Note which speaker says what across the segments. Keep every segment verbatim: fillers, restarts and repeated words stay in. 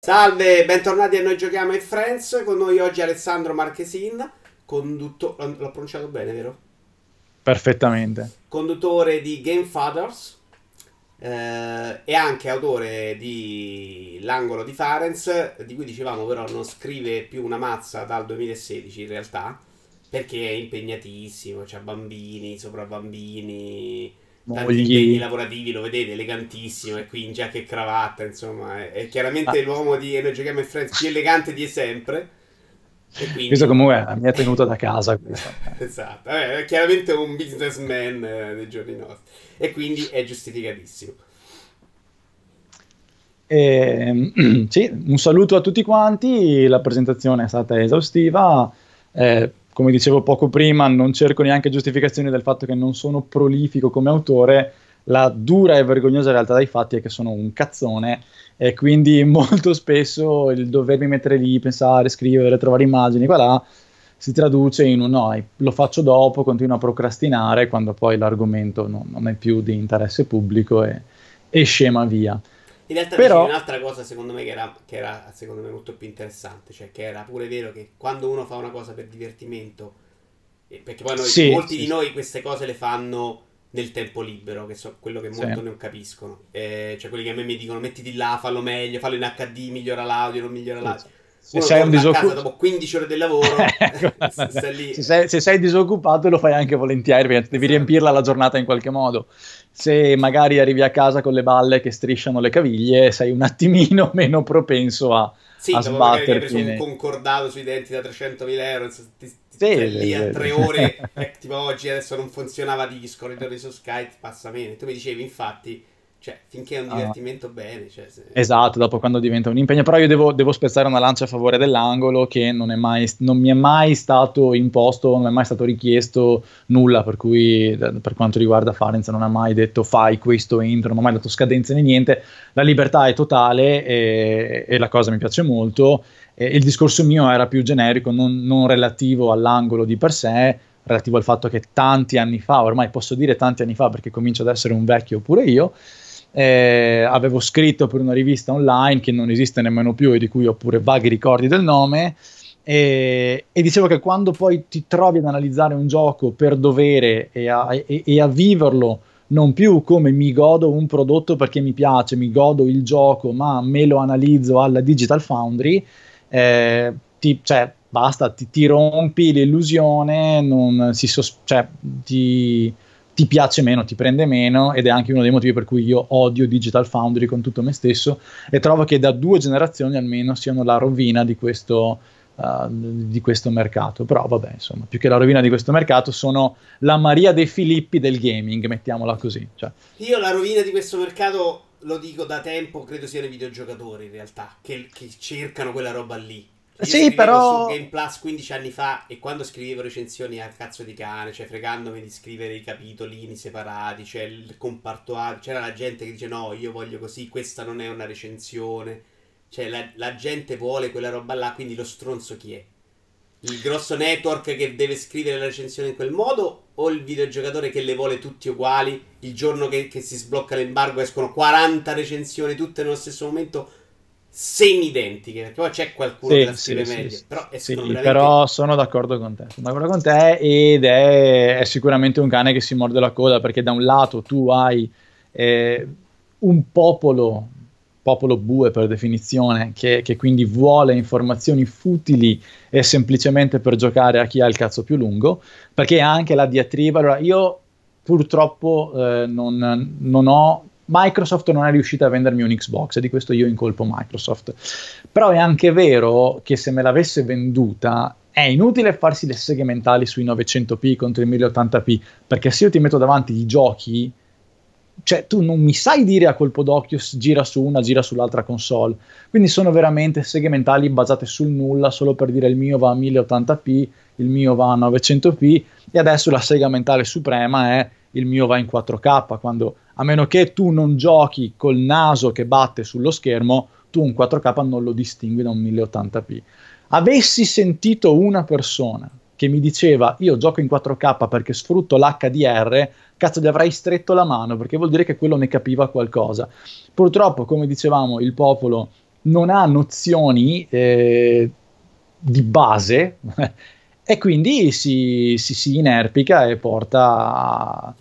Speaker 1: Salve, bentornati a Noi Giochiamo e Friends. Con noi oggi Alessandro Marchesin, condutto- l'ho pronunciato bene, vero?
Speaker 2: Perfettamente.
Speaker 1: Conduttore di Game Fathers eh, e anche autore di L'angolo di Farenz, di cui dicevamo però non scrive più una mazza dal duemilasedici in realtà, perché è impegnatissimo, c'ha bambini, sopra bambini, tanti impegni
Speaker 2: Mogli.
Speaker 1: lavorativi, lo vedete, elegantissimo, e qui in giacca e cravatta, insomma, è, è chiaramente
Speaker 2: Ah,
Speaker 1: l'uomo di Noi Giochiamo e Friends più elegante di sempre, e
Speaker 2: questo
Speaker 1: quindi...
Speaker 2: comunque mi è tenuto da casa questo.
Speaker 1: Esatto, vabbè, è chiaramente un businessman eh, dei giorni nostri, e quindi è giustificatissimo.
Speaker 2: E, sì, un saluto a tutti quanti, la presentazione è stata esaustiva. Eh, come dicevo poco prima, non cerco neanche giustificazioni del fatto che non sono prolifico come autore. La dura e vergognosa realtà dei fatti è che sono un cazzone e quindi molto spesso il dovermi mettere lì, pensare, scrivere, trovare immagini, qua là, si traduce in un no, lo faccio dopo, continuo a procrastinare quando poi l'argomento non, non è più di interesse pubblico e, e scema via.
Speaker 1: In realtà dicevi
Speaker 2: Però
Speaker 1: un'altra cosa secondo me che era, che era secondo me molto più interessante, cioè che era pure vero che quando uno fa una cosa per divertimento, eh, perché poi noi,
Speaker 2: sì,
Speaker 1: molti
Speaker 2: sì,
Speaker 1: di
Speaker 2: sì,
Speaker 1: noi queste cose le fanno nel tempo libero, che so quello che
Speaker 2: sì.
Speaker 1: molto non capiscono. Eh, cioè quelli che a me mi dicono mettiti là, fallo meglio, fallo in acca di, migliora l'audio, non migliora
Speaker 2: Sì,
Speaker 1: l'audio.
Speaker 2: sì. Se
Speaker 1: Uno
Speaker 2: sei un
Speaker 1: torna a casa
Speaker 2: disoccupato,
Speaker 1: dopo quindici ore di lavoro, sta lì.
Speaker 2: se sei, se sei disoccupato lo fai anche volentieri perché devi
Speaker 1: Esatto.
Speaker 2: riempirla la giornata in qualche modo. Se magari arrivi a casa con le balle che strisciano le caviglie, sei un attimino meno propenso a,
Speaker 1: Sì,
Speaker 2: a
Speaker 1: dopo magari che hai preso
Speaker 2: sbatterti
Speaker 1: un
Speaker 2: nei...
Speaker 1: concordato sui denti da trecentomila euro, ti, ti-
Speaker 2: Sì,
Speaker 1: stai lì a
Speaker 2: sì,
Speaker 1: tre
Speaker 2: sì.
Speaker 1: ore, e tipo oggi adesso non funzionava Discord, ritorni su Skype, passa meno. Tu mi dicevi, infatti, cioè, finché è un
Speaker 2: Ah,
Speaker 1: divertimento bene, cioè, se...
Speaker 2: esatto, dopo quando diventa un impegno, però io devo, devo spezzare una lancia a favore dell'angolo che non è mai, non mi è mai stato imposto, non è mai stato richiesto nulla, per cui eh, per quanto riguarda Farenz non ha mai detto fai questo entro, non ha mai dato scadenze né niente, la libertà è totale e, e la cosa mi piace molto. E il discorso mio era più generico, non, non relativo all'angolo di per sé, relativo al fatto che tanti anni fa, ormai posso dire tanti anni fa perché comincio ad essere un vecchio pure io, eh, avevo scritto per una rivista online che non esiste nemmeno più e di cui ho pure vaghi ricordi del nome. E, e dicevo che quando poi ti trovi ad analizzare un gioco per dovere e a, e, e a viverlo non più come mi godo un prodotto perché mi piace, mi godo il gioco, ma me lo analizzo alla Digital Foundry, eh, ti, cioè, basta, ti, ti rompi l'illusione, non si sos- cioè, ti, ti piace meno, ti prende meno ed è anche uno dei motivi per cui io odio Digital Foundry con tutto me stesso e trovo che da due generazioni almeno siano la rovina di questo, uh, di questo mercato. Però vabbè, insomma, più che la rovina di questo mercato sono la Maria De Filippi del gaming, mettiamola così. Cioè,
Speaker 1: Io la rovina di questo mercato, lo dico da tempo, credo siano i videogiocatori in realtà, che, che cercano quella roba lì. Io
Speaker 2: sì,
Speaker 1: scrivevo su
Speaker 2: però
Speaker 1: Game Plus quindici anni fa, e quando scrivevo recensioni a cazzo di cane, cioè fregandomi di scrivere i capitolini separati, cioè il comparto A, c'era la gente che dice no, io voglio così, questa non è una recensione. Cioè la, la gente vuole quella roba là, quindi lo stronzo chi è? Il grosso network che deve scrivere la recensione in quel modo, o il videogiocatore che le vuole tutti uguali? Il giorno che, che si sblocca l'embargo escono quaranta recensioni tutte nello stesso momento, semi identiche, perché poi c'è qualcuno che
Speaker 2: sì,
Speaker 1: la
Speaker 2: sì,
Speaker 1: scrive
Speaker 2: sì,
Speaker 1: meglio,
Speaker 2: sì,
Speaker 1: però escono
Speaker 2: sì,
Speaker 1: veramente...
Speaker 2: però sono d'accordo con te, sono d'accordo con te ed è, è sicuramente un cane che si morde la coda perché da un lato tu hai eh, un popolo, popolo bue per definizione, che, che quindi vuole informazioni futili e semplicemente per giocare a chi ha il cazzo più lungo, perché anche la diatriba, allora io purtroppo eh, non, non ho... Microsoft non è riuscita a vendermi un Xbox e di questo io incolpo Microsoft. Però è anche vero che se me l'avesse venduta è inutile farsi le seghe mentali sui novecento p contro i mille ottanta p, perché se io ti metto davanti i giochi, cioè tu non mi sai dire a colpo d'occhio gira su una, gira sull'altra console. Quindi sono veramente seghe mentali basate sul nulla, solo per dire il mio va a mille ottanta p, il mio va a novecento p, e adesso la sega mentale suprema è il mio va in quattro K, quando a meno che tu non giochi col naso che batte sullo schermo, tu un quattro K non lo distingui da un mille ottanta p. Avessi sentito una persona che mi diceva io gioco in quattro K perché sfrutto l'H D R, cazzo gli avrei stretto la mano perché vuol dire che quello ne capiva qualcosa. Purtroppo, come dicevamo, il popolo non ha nozioni eh, di base e quindi si, si, si inerpica e porta,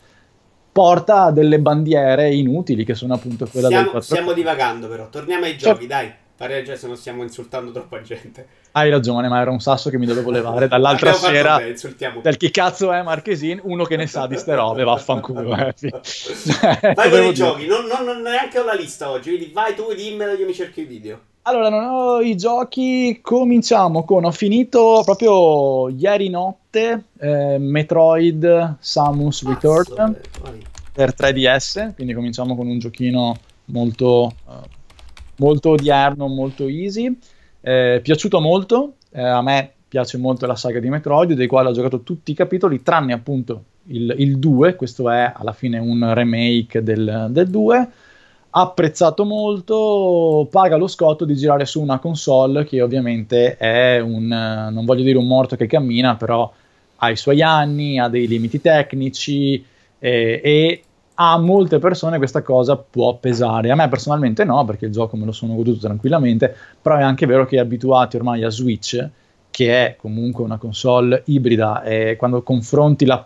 Speaker 2: porta delle bandiere inutili che sono appunto quella del
Speaker 1: Stiamo,
Speaker 2: quattro K.
Speaker 1: stiamo divagando però, torniamo ai
Speaker 2: Cioè,
Speaker 1: giochi, dai. Pare già se non stiamo insultando troppa gente.
Speaker 2: hai ragione, ma era un sasso che mi dovevo levare dall'altra
Speaker 1: Abbiamo fatto
Speaker 2: sera.
Speaker 1: bene, insultiamo.
Speaker 2: Del chi cazzo è Marchesin, uno che ne sa di ste robe, vaffanculo. Eh. Cioè,
Speaker 1: Vai con i
Speaker 2: dire.
Speaker 1: giochi, non, non, non neanche ho la lista oggi, quindi vai tu, dimmelo, io mi cerco i video.
Speaker 2: Allora, non ho i giochi, cominciamo con, ho finito proprio ieri notte eh, Metroid Samus
Speaker 1: Mazzo,
Speaker 2: Return
Speaker 1: beh, vai.
Speaker 2: per tre D S, quindi cominciamo con un giochino molto, eh, molto odierno, molto easy. Eh, piaciuto molto, eh, a me piace molto la saga di Metroid, dei quali ho giocato tutti i capitoli, tranne appunto il, il due, questo è alla fine un remake del, del due, apprezzato molto, paga lo scotto di girare su una console che ovviamente è un, non voglio dire un morto che cammina, però ha i suoi anni, ha dei limiti tecnici eh, e a molte persone questa cosa può pesare. A me personalmente no, perché il gioco me lo sono goduto tranquillamente, però è anche vero che abituati ormai a Switch, che è comunque una console ibrida, e quando confronti la,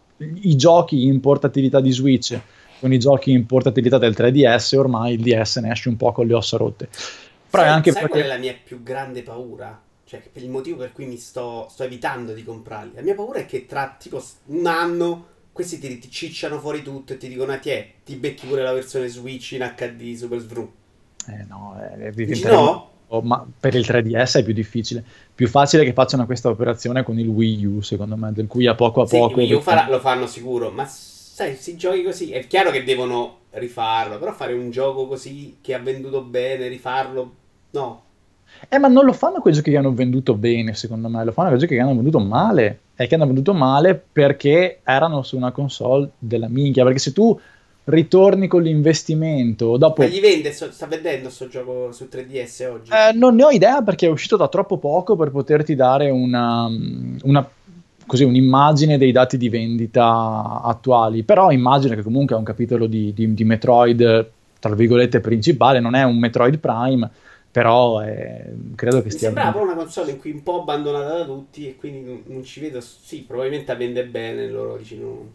Speaker 2: i giochi in portatilità di Switch con i giochi in portatilità del tre D S, ormai il D S ne esce un po' con le ossa rotte. Però
Speaker 1: Sai,
Speaker 2: è anche
Speaker 1: sai
Speaker 2: perché...
Speaker 1: qual è la mia più grande paura? Cioè, per il motivo per cui mi sto, sto evitando di comprarli. La mia paura è che tra tipo un anno questi ti, ti cicciano fuori tutto e ti dicono, ah, ti è, ti becchi pure la versione Switch in H D Super Svru.
Speaker 2: Eh no, eh,
Speaker 1: Dici no?
Speaker 2: oh, ma per il tre D S è più difficile. Più facile che facciano questa operazione con il Wii U, secondo me, del cui a poco a
Speaker 1: Sì,
Speaker 2: poco...
Speaker 1: Wii U farà- lo fanno sicuro, ma sai, si giochi così, è chiaro che devono rifarlo, però fare un gioco così che ha venduto bene, rifarlo, no.
Speaker 2: Eh, ma non lo fanno quei giochi che hanno venduto bene, secondo me, lo fanno quei giochi che hanno venduto male. E che hanno venduto male perché erano su una console della minchia. Perché se tu ritorni con l'investimento dopo...
Speaker 1: Ma gli vende, sto- sta vendendo sto gioco su tre D S oggi?
Speaker 2: Eh, non ne ho idea perché è uscito da troppo poco per poterti dare una, una- così, un'immagine dei dati di vendita attuali. Però immagino che comunque è un capitolo di, di- di Metroid, tra virgolette, principale. Non è un Metroid Prime, però eh, credo che
Speaker 1: Mi
Speaker 2: stia...
Speaker 1: sembrava proprio una console in cui un po' abbandonata da tutti e quindi non, non ci vedo. Sì, probabilmente vende bene, loro dicono.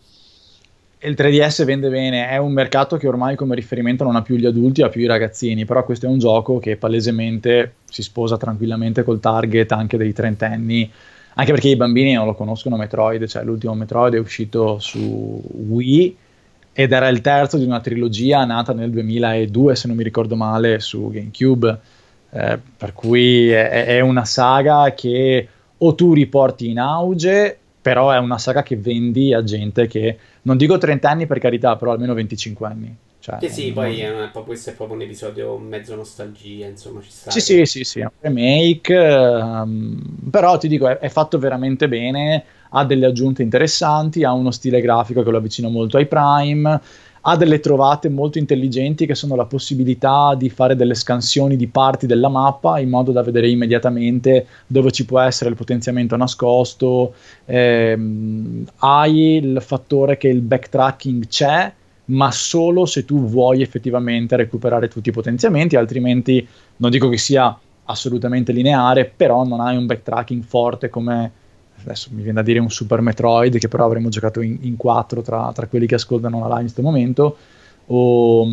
Speaker 2: Il tre D S vende bene, è un mercato che ormai come riferimento non ha più gli adulti, ha più i ragazzini, però questo è un gioco che palesemente si sposa tranquillamente col target anche dei trentenni, anche perché i bambini non lo conoscono Metroid, cioè l'ultimo Metroid è uscito su Wii ed era il terzo di una trilogia nata nel duemiladue, se non mi ricordo male, su GameCube, eh, per cui è, è una saga che o tu riporti in auge, però è una saga che vendi a gente che non dico trenta anni per carità, però almeno venticinque anni. Cioè,
Speaker 1: Che sì,
Speaker 2: non-
Speaker 1: poi
Speaker 2: non-
Speaker 1: è un- questo è proprio un episodio mezzo nostalgia, insomma, ci sta.
Speaker 2: Sì,
Speaker 1: che-
Speaker 2: sì, sì, sì, è un remake, ehm, però ti dico, è, è fatto veramente bene, ha delle aggiunte interessanti, ha uno stile grafico che lo avvicina molto ai Prime, ha delle trovate molto intelligenti che sono la possibilità di fare delle scansioni di parti della mappa in modo da vedere immediatamente dove ci può essere il potenziamento nascosto. Ehm, hai il fattore che il backtracking c'è, ma solo se tu vuoi effettivamente recuperare tutti i potenziamenti, altrimenti non dico che sia assolutamente lineare, però non hai un backtracking forte come, adesso mi viene da dire un Super Metroid, che però avremmo giocato in, in quattro tra, tra quelli che ascoltano la live in questo momento, o,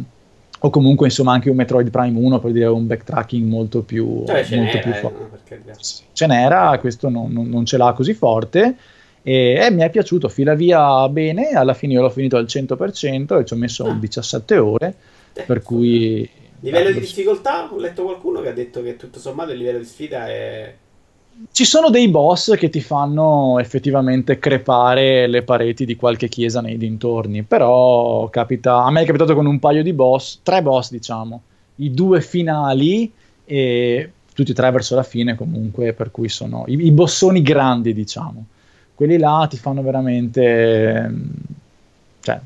Speaker 2: o comunque insomma anche un Metroid Prime uno, per dire un backtracking molto più,
Speaker 1: Cioè, ce
Speaker 2: molto più
Speaker 1: n'era, eh,
Speaker 2: forte.
Speaker 1: no, per carità.
Speaker 2: Ce n'era, questo non, non- non ce l'ha così forte. E eh, mi è piaciuto, fila via bene, alla fine io l'ho finito al cento per cento e ci ho messo
Speaker 1: Ah,
Speaker 2: diciassette ore,
Speaker 1: eh,
Speaker 2: per
Speaker 1: insomma.
Speaker 2: cui...
Speaker 1: Livello di
Speaker 2: bello.
Speaker 1: difficoltà? Ho letto qualcuno che ha detto che tutto sommato il livello di sfida è.
Speaker 2: Ci sono dei boss che ti fanno effettivamente crepare le pareti di qualche chiesa nei dintorni, però capita, a me è capitato con un paio di boss, tre boss diciamo, i due finali e tutti e tre verso la fine comunque, per cui sono i, i bossoni grandi diciamo. Quelli là ti fanno veramente... ehm, cioè,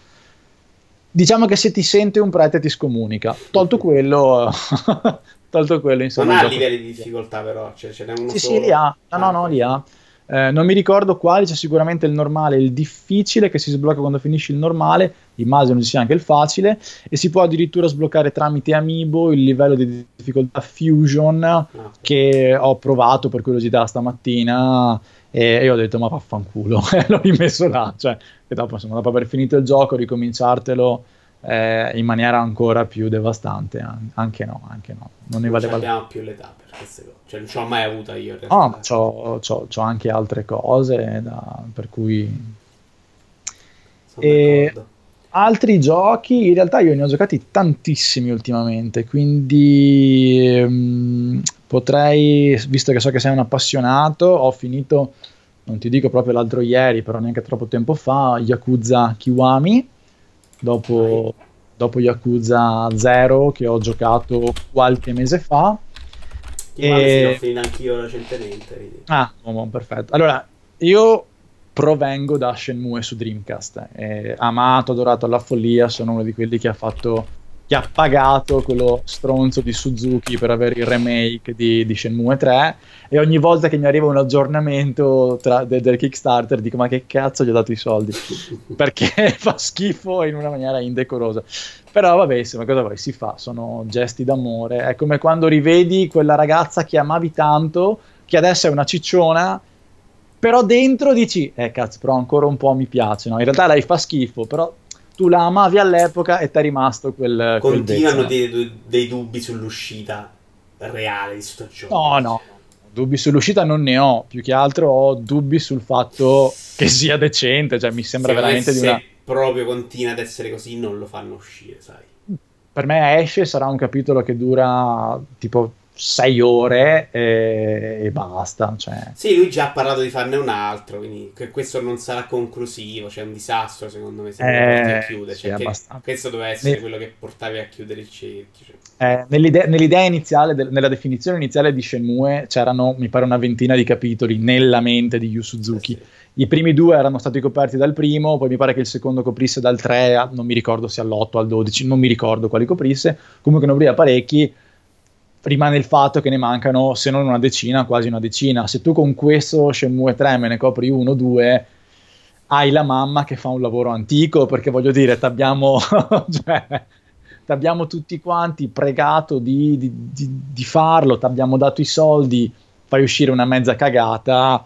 Speaker 2: diciamo che se ti sente un prete ti scomunica. Tolto quello, tolto quello
Speaker 1: Non
Speaker 2: insomma il
Speaker 1: ha
Speaker 2: gioco...
Speaker 1: livelli di difficoltà, però, cioè ce n'è uno
Speaker 2: Sì, sì, li
Speaker 1: solo.
Speaker 2: ha. No, no,
Speaker 1: Ah,
Speaker 2: no,
Speaker 1: ok.
Speaker 2: li ha. Eh, non mi ricordo quali, c'è sicuramente il normale e il difficile che si sblocca quando finisci il normale, immagino ci sia anche il facile, e si può addirittura sbloccare tramite Amiibo il livello di difficoltà Fusion
Speaker 1: Ah,
Speaker 2: che ho provato per curiosità stamattina e io ho detto ma vaffanculo, e l'ho rimesso là, cioè che dopo insomma dopo aver finito il gioco ricominciartelo eh, in maniera ancora più devastante, an- anche no, anche no, non ne
Speaker 1: non
Speaker 2: valeva la
Speaker 1: abbiamo più l'età per queste cose. Cioè, non ce l'ho mai avuta io in
Speaker 2: no, ma
Speaker 1: realtà.
Speaker 2: c'ho, c'ho- c'ho anche altre cose da- per cui
Speaker 1: Sono
Speaker 2: e
Speaker 1: d'accordo.
Speaker 2: altri giochi, in realtà io ne ho giocati tantissimi ultimamente, quindi ehm, potrei, visto che so che sei un appassionato, ho finito, non ti dico proprio l'altro ieri, però neanche troppo tempo fa, Yakuza Kiwami,
Speaker 1: Vai.
Speaker 2: dopo, dopo Yakuza Zero che ho giocato qualche mese fa.
Speaker 1: Kiwami sì, l'ho
Speaker 2: E
Speaker 1: finita anch'io recentemente. Quindi.
Speaker 2: Ah, oh, oh, perfetto. Allora, io provengo da Shenmue su Dreamcast, eh, amato, adorato alla follia, sono uno di quelli che ha fatto, che ha pagato quello stronzo di Suzuki per avere il remake di, di Shenmue tre e ogni volta che mi arriva un aggiornamento tra- de- del Kickstarter dico ma che cazzo gli ho dato i soldi? Perché fa schifo in una maniera indecorosa. Però vabbè, insomma, cosa vuoi? Si fa, sono gesti d'amore. È come quando rivedi quella ragazza che amavi tanto che adesso è una cicciona, però dentro dici, eh cazzo, però ancora un po' mi piace, no? In realtà lei fa schifo, però tu la amavi all'epoca e ti è rimasto quel, quel vezzo,
Speaker 1: Continuano
Speaker 2: no?
Speaker 1: dei, dei dubbi sull'uscita reale di sto gioco.
Speaker 2: No, no, no, dubbi sull'uscita non ne ho, più che altro ho dubbi sul fatto che sia decente, cioè mi sembra
Speaker 1: Secondo me
Speaker 2: veramente di una...
Speaker 1: se proprio continua ad essere così non lo fanno uscire, sai.
Speaker 2: Per me esce, sarà un capitolo che dura tipo sei ore e, e basta, cioè...
Speaker 1: Sì, lui già ha parlato di farne un altro, quindi que- questo non sarà conclusivo, cioè è un disastro secondo me se non lo porti a
Speaker 2: Eh,
Speaker 1: chiudere,
Speaker 2: sì,
Speaker 1: cioè che
Speaker 2: abbastanza.
Speaker 1: questo doveva essere
Speaker 2: Ne-
Speaker 1: quello che portavi a chiudere il cerchio. Cioè.
Speaker 2: eh, nell'idea, nell'idea iniziale, del- nella definizione iniziale di Shenmue c'erano, mi pare, una ventina di capitoli nella mente di Yu
Speaker 1: Eh
Speaker 2: Suzuki.
Speaker 1: sì.
Speaker 2: I primi due erano stati coperti dal primo, poi mi pare che il secondo coprisse dal tre, a- non mi ricordo se all'otto, al dodici, non mi ricordo quali coprisse, comunque ne apriva parecchi. Rimane il fatto che ne mancano, se non una decina, quasi una decina. Se tu con questo Shenmue tre me ne copri uno o due, hai la mamma che fa un lavoro antico, perché voglio dire, t'abbiamo, cioè, t'abbiamo tutti quanti pregato di, di, di, di farlo, t'abbiamo dato i soldi, fai uscire una mezza cagata.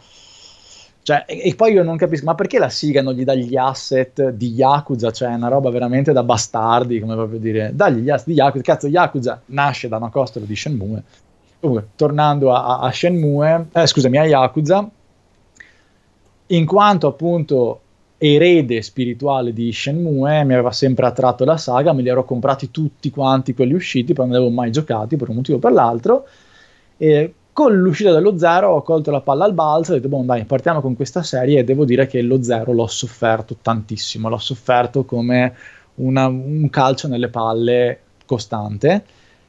Speaker 2: Cioè, e, e poi io non capisco, ma perché la Siga non gli dà gli asset di Yakuza? Cioè, è una roba veramente da bastardi, come proprio dire. Dagli gli asset di Yakuza. Cazzo, Yakuza nasce da una costola di Shenmue. Comunque, tornando a, a Shenmue, eh, scusami, a Yakuza, in quanto appunto erede spirituale di Shenmue, mi aveva sempre attratto la saga, me li ero comprati tutti quanti quelli usciti, però non li avevo mai giocati per un motivo o per l'altro. E con l'uscita dello Zero ho colto la palla al balzo e ho detto, boh, dai, partiamo con questa serie e devo dire che lo Zero l'ho sofferto tantissimo, l'ho sofferto come una- un calcio nelle palle costante,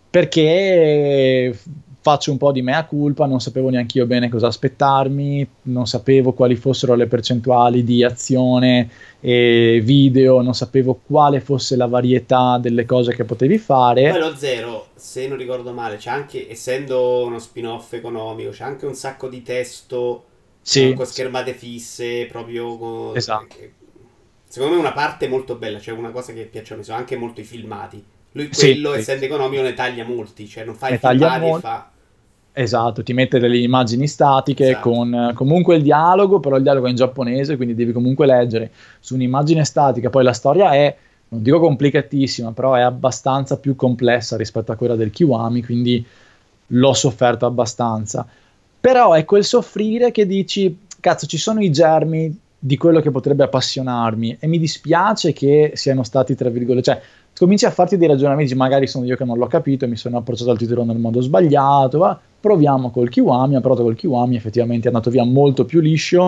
Speaker 2: perché faccio un po' di mea culpa, non sapevo neanche io bene cosa aspettarmi, non sapevo quali fossero le percentuali di azione e video, non sapevo quale fosse la varietà delle cose che potevi
Speaker 1: Poi
Speaker 2: fare.
Speaker 1: lo Zero, se non ricordo male, c'è anche, essendo uno spin-off economico, c'è anche un sacco di testo eh,
Speaker 2: Sì,
Speaker 1: con
Speaker 2: sì,
Speaker 1: schermate fisse, proprio con- eh,
Speaker 2: esatto.
Speaker 1: che- secondo me una parte molto bella, cioè una cosa che piacciono, sono anche molto i filmati. Lui
Speaker 2: Sì,
Speaker 1: quello,
Speaker 2: sì,
Speaker 1: essendo economico, ne taglia molti, cioè non fa i
Speaker 2: ne taglia
Speaker 1: filmati e
Speaker 2: molto.
Speaker 1: fa...
Speaker 2: Esatto, ti mette delle immagini statiche
Speaker 1: Esatto.
Speaker 2: con eh, comunque il dialogo, però il dialogo è in giapponese, quindi devi comunque leggere su un'immagine statica. Poi la storia è, non dico complicatissima, però è abbastanza più complessa rispetto a quella del Kiwami, quindi l'ho sofferto abbastanza. Però è quel soffrire che dici, cazzo, ci sono i germi di quello che potrebbe appassionarmi e mi dispiace che siano stati, tra virgolette, cioè cominci a farti dei ragionamenti, magari sono io che non l'ho capito e mi sono approcciato al titolo nel modo sbagliato, va, proviamo col Kiwami, ho provato col Kiwami, effettivamente è andato via molto più liscio,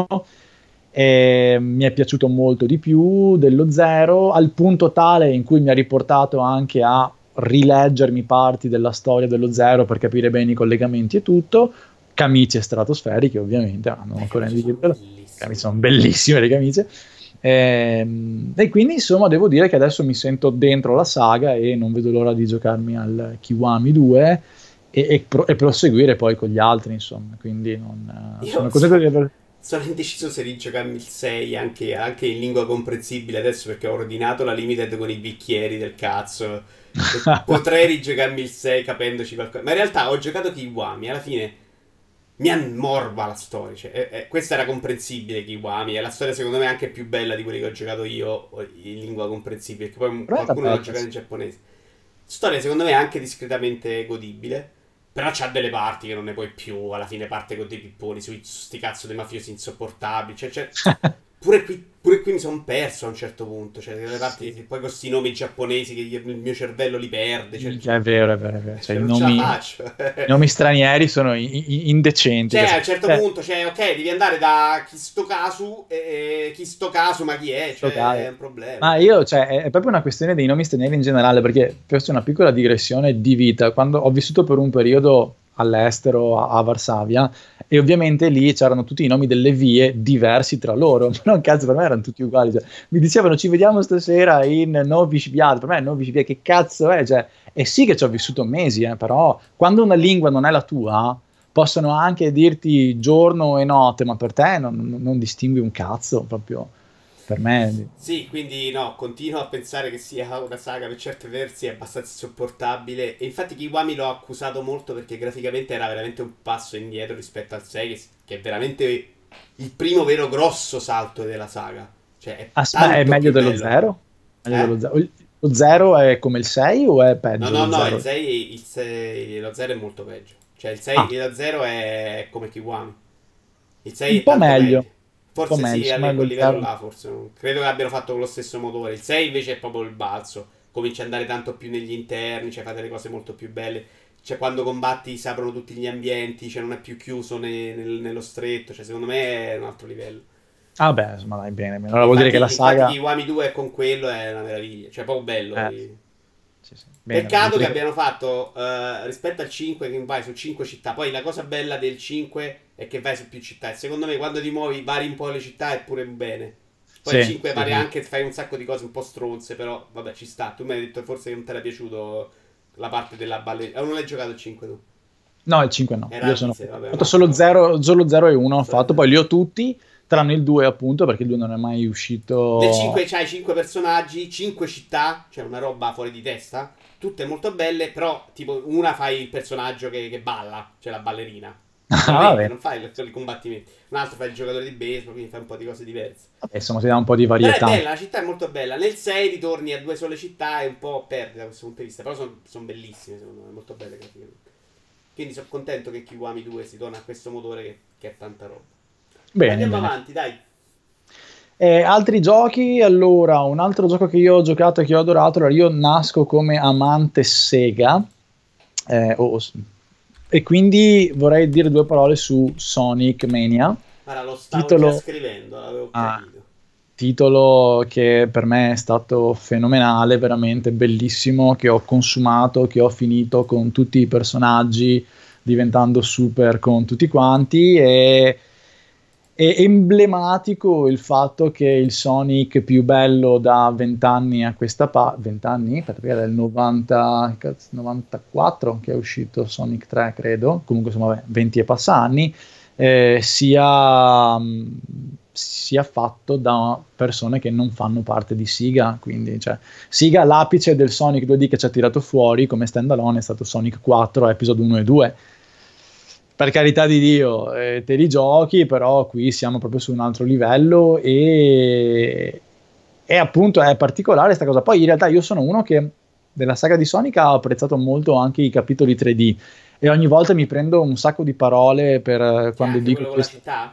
Speaker 2: e mi è piaciuto molto di più dello Zero, al punto tale in cui mi ha riportato anche a rileggermi parti della storia dello Zero per capire bene i collegamenti e tutto, camicie stratosferiche ovviamente, ma non
Speaker 1: Le
Speaker 2: ancora in
Speaker 1: camicie sono
Speaker 2: dirtelo,
Speaker 1: bellissime.
Speaker 2: sono bellissime le camicie. Ehm, e quindi insomma devo dire che adesso mi sento dentro la saga e non vedo l'ora di giocarmi al Kiwami due e, e, pro- e proseguire poi con gli altri insomma, quindi non, eh,
Speaker 1: Io
Speaker 2: sono contento
Speaker 1: so-
Speaker 2: di aver...
Speaker 1: sono indeciso se rigiocarmi il sei anche, anche in lingua comprensibile adesso perché ho ordinato la limited con i bicchieri del cazzo. E potrei rigiocarmi il sei capendoci qualcosa. Ma in realtà ho giocato Kiwami, alla fine mi ammorba la storia. Cioè, è- è- questa era comprensibile Kiwami, e la storia secondo me è anche più bella di quelle che ho giocato io in lingua comprensibile, perché poi
Speaker 2: Però era
Speaker 1: qualcuno l'ha
Speaker 2: bella,
Speaker 1: giocato
Speaker 2: sì.
Speaker 1: in giapponese. Storia secondo me anche discretamente godibile. Però c'ha delle parti che non ne puoi più. Alla fine parte con dei pipponi sui su sti cazzo dei mafiosi insopportabili. Cioè, cioè, pure qui, pure qui mi sono perso a un certo punto. Cioè, delle parti
Speaker 2: Sì.
Speaker 1: poi con questi nomi giapponesi che io- il mio cervello li perde. Cioè,
Speaker 2: Minchia, è vero, è vero, è vero. Cioè,
Speaker 1: cioè,
Speaker 2: i
Speaker 1: non ce la
Speaker 2: nomi, i
Speaker 1: faccio.
Speaker 2: nomi stranieri sono i- i- indecenti.
Speaker 1: Cioè,
Speaker 2: che
Speaker 1: a
Speaker 2: so-
Speaker 1: un certo
Speaker 2: cioè,
Speaker 1: punto, cioè, ok, devi andare da Kistokasu. E, e Kistokasu, ma chi è?
Speaker 2: sto
Speaker 1: Cioè, è
Speaker 2: cavolo.
Speaker 1: un problema.
Speaker 2: Ma io, cioè, è, è proprio una questione dei nomi stranieri in generale, perché questa è una piccola digressione di vita. Quando ho vissuto per un periodo all'estero, a, a Varsavia, e ovviamente lì c'erano tutti i nomi delle vie diversi tra loro, però cazzo per me erano tutti uguali. Cioè, mi dicevano ci vediamo stasera in Novi Sviat, per me Novi Sviat che cazzo è? Cioè, e sì che ci ho vissuto mesi, eh, però quando una lingua non è la tua, possono anche dirti giorno e notte, ma per te non, non- non distingui un cazzo, proprio per me.
Speaker 1: Sì, quindi no, continuo a pensare che sia una saga per certi versi abbastanza insopportabile. E infatti Kiwami l'ho accusato molto perché graficamente era veramente un passo indietro rispetto al sei, che, che è veramente il primo vero grosso salto della saga. Cioè, è
Speaker 2: Ah, sì, ma è
Speaker 1: tanto
Speaker 2: meglio
Speaker 1: più
Speaker 2: dello
Speaker 1: bello.
Speaker 2: zero? Meglio
Speaker 1: Eh?
Speaker 2: dello zero. Il- Lo zero è come il sei o è
Speaker 1: No,
Speaker 2: peggio
Speaker 1: no,
Speaker 2: lo
Speaker 1: no, il
Speaker 2: zero?
Speaker 1: sei, il sei, lo zero è molto peggio. Cioè, il sei,
Speaker 2: Ah,
Speaker 1: lo zero è come Kiwami. Il sei
Speaker 2: un
Speaker 1: è
Speaker 2: po'
Speaker 1: tanto
Speaker 2: meglio,
Speaker 1: meglio.
Speaker 2: un po'
Speaker 1: Forse
Speaker 2: meglio,
Speaker 1: sì,
Speaker 2: secondo
Speaker 1: a
Speaker 2: me
Speaker 1: quel
Speaker 2: lo
Speaker 1: livello
Speaker 2: zero.
Speaker 1: là, forse. Non credo che abbiano fatto con lo stesso motore. Il sei invece è proprio il balzo. Comincia ad andare tanto più negli interni, cioè fa delle cose molto più belle. Cioè, quando combatti si aprono tutti gli ambienti, cioè non è più chiuso ne- nel- nello stretto. Cioè, secondo me è un altro livello.
Speaker 2: Ah beh, insomma dai, bene, bene. Allora vuol dire che la
Speaker 1: Infatti, infatti
Speaker 2: saga...
Speaker 1: Kiwami due con quello è una meraviglia. Cioè, è proprio bello.
Speaker 2: Eh,
Speaker 1: eh.
Speaker 2: sì, sì, bene, bene, vuol
Speaker 1: Peccato che
Speaker 2: dire che...
Speaker 1: abbiano fatto eh, rispetto al cinque che vai su cinque città. Poi la cosa bella del cinque è che vai su più città. E secondo me quando ti muovi vari un po' le città è pure bene. Poi il
Speaker 2: Sì,
Speaker 1: cinque
Speaker 2: sì,
Speaker 1: pare
Speaker 2: sì.
Speaker 1: anche fai un sacco di cose un po' stronze, però vabbè ci sta. Tu mi hai detto forse che non ti era piaciuto la parte della ballerina. Oh, non l'hai giocato il cinque tu?
Speaker 2: No, il cinque no.
Speaker 1: Era
Speaker 2: Io
Speaker 1: a
Speaker 2: sono...
Speaker 1: Vise, vabbè
Speaker 2: Ho
Speaker 1: un
Speaker 2: fatto solo
Speaker 1: altro.
Speaker 2: zero, solo zero e uno ho
Speaker 1: Solo
Speaker 2: fatto, poi li ho tutti, tranne il due appunto, perché il due non è mai
Speaker 1: Nel
Speaker 2: uscito...
Speaker 1: cinque c'hai cinque personaggi, cinque città, cioè una roba fuori di testa. Tutte molto belle, però tipo una fai il personaggio che, che balla, cioè la ballerina.
Speaker 2: Ah,
Speaker 1: Solamente,
Speaker 2: vabbè.
Speaker 1: non fai i combattimenti. Un altro fai il giocatore di baseball, quindi fai un po' di cose diverse.
Speaker 2: Vabbè, insomma, si dà un po' di
Speaker 1: Però è
Speaker 2: varietà.
Speaker 1: bella, la città è molto bella. Nel sei ritorni a due sole città e un po' perdi da questo punto di vista. Però sono bellissime, secondo me, molto belle graficamente. Quindi sono contento che Kiwami due si torna a questo motore che, che è tanta roba.
Speaker 2: Bene,
Speaker 1: Andiamo
Speaker 2: bene.
Speaker 1: avanti, dai.
Speaker 2: E altri giochi, allora, un altro gioco che io ho giocato e che ho adorato, allora io nasco come amante Sega, eh, o- e quindi vorrei dire due parole su Sonic Mania,
Speaker 1: Ora lo stavo già
Speaker 2: titolo,
Speaker 1: scrivendo, l'avevo
Speaker 2: ah,
Speaker 1: capito.
Speaker 2: titolo che per me è stato fenomenale, veramente bellissimo, che ho consumato, che ho finito con tutti i personaggi, diventando super con tutti quanti, e è emblematico il fatto che il Sonic più bello da vent'anni a questa parte, vent'anni? Aspetta, perché era il novanta, cazzo, novantaquattro che è uscito Sonic tre, credo, comunque insomma vabbè, venti e passa anni, eh, sia, mh, sia fatto da persone che non fanno parte di Sega, quindi cioè, Sega l'apice del Sonic due D che ci ha tirato fuori come standalone è stato Sonic quattro, episodio uno e due. Per carità di Dio, eh, te li giochi, però qui siamo proprio su un altro livello e, e appunto è particolare questa cosa. Poi in realtà io sono uno che della saga di Sonic ha apprezzato molto anche i capitoli tre D e ogni volta mi prendo un sacco di parole per eh,
Speaker 1: C'è
Speaker 2: quando
Speaker 1: anche
Speaker 2: dico
Speaker 1: quello con la
Speaker 2: questo.
Speaker 1: città?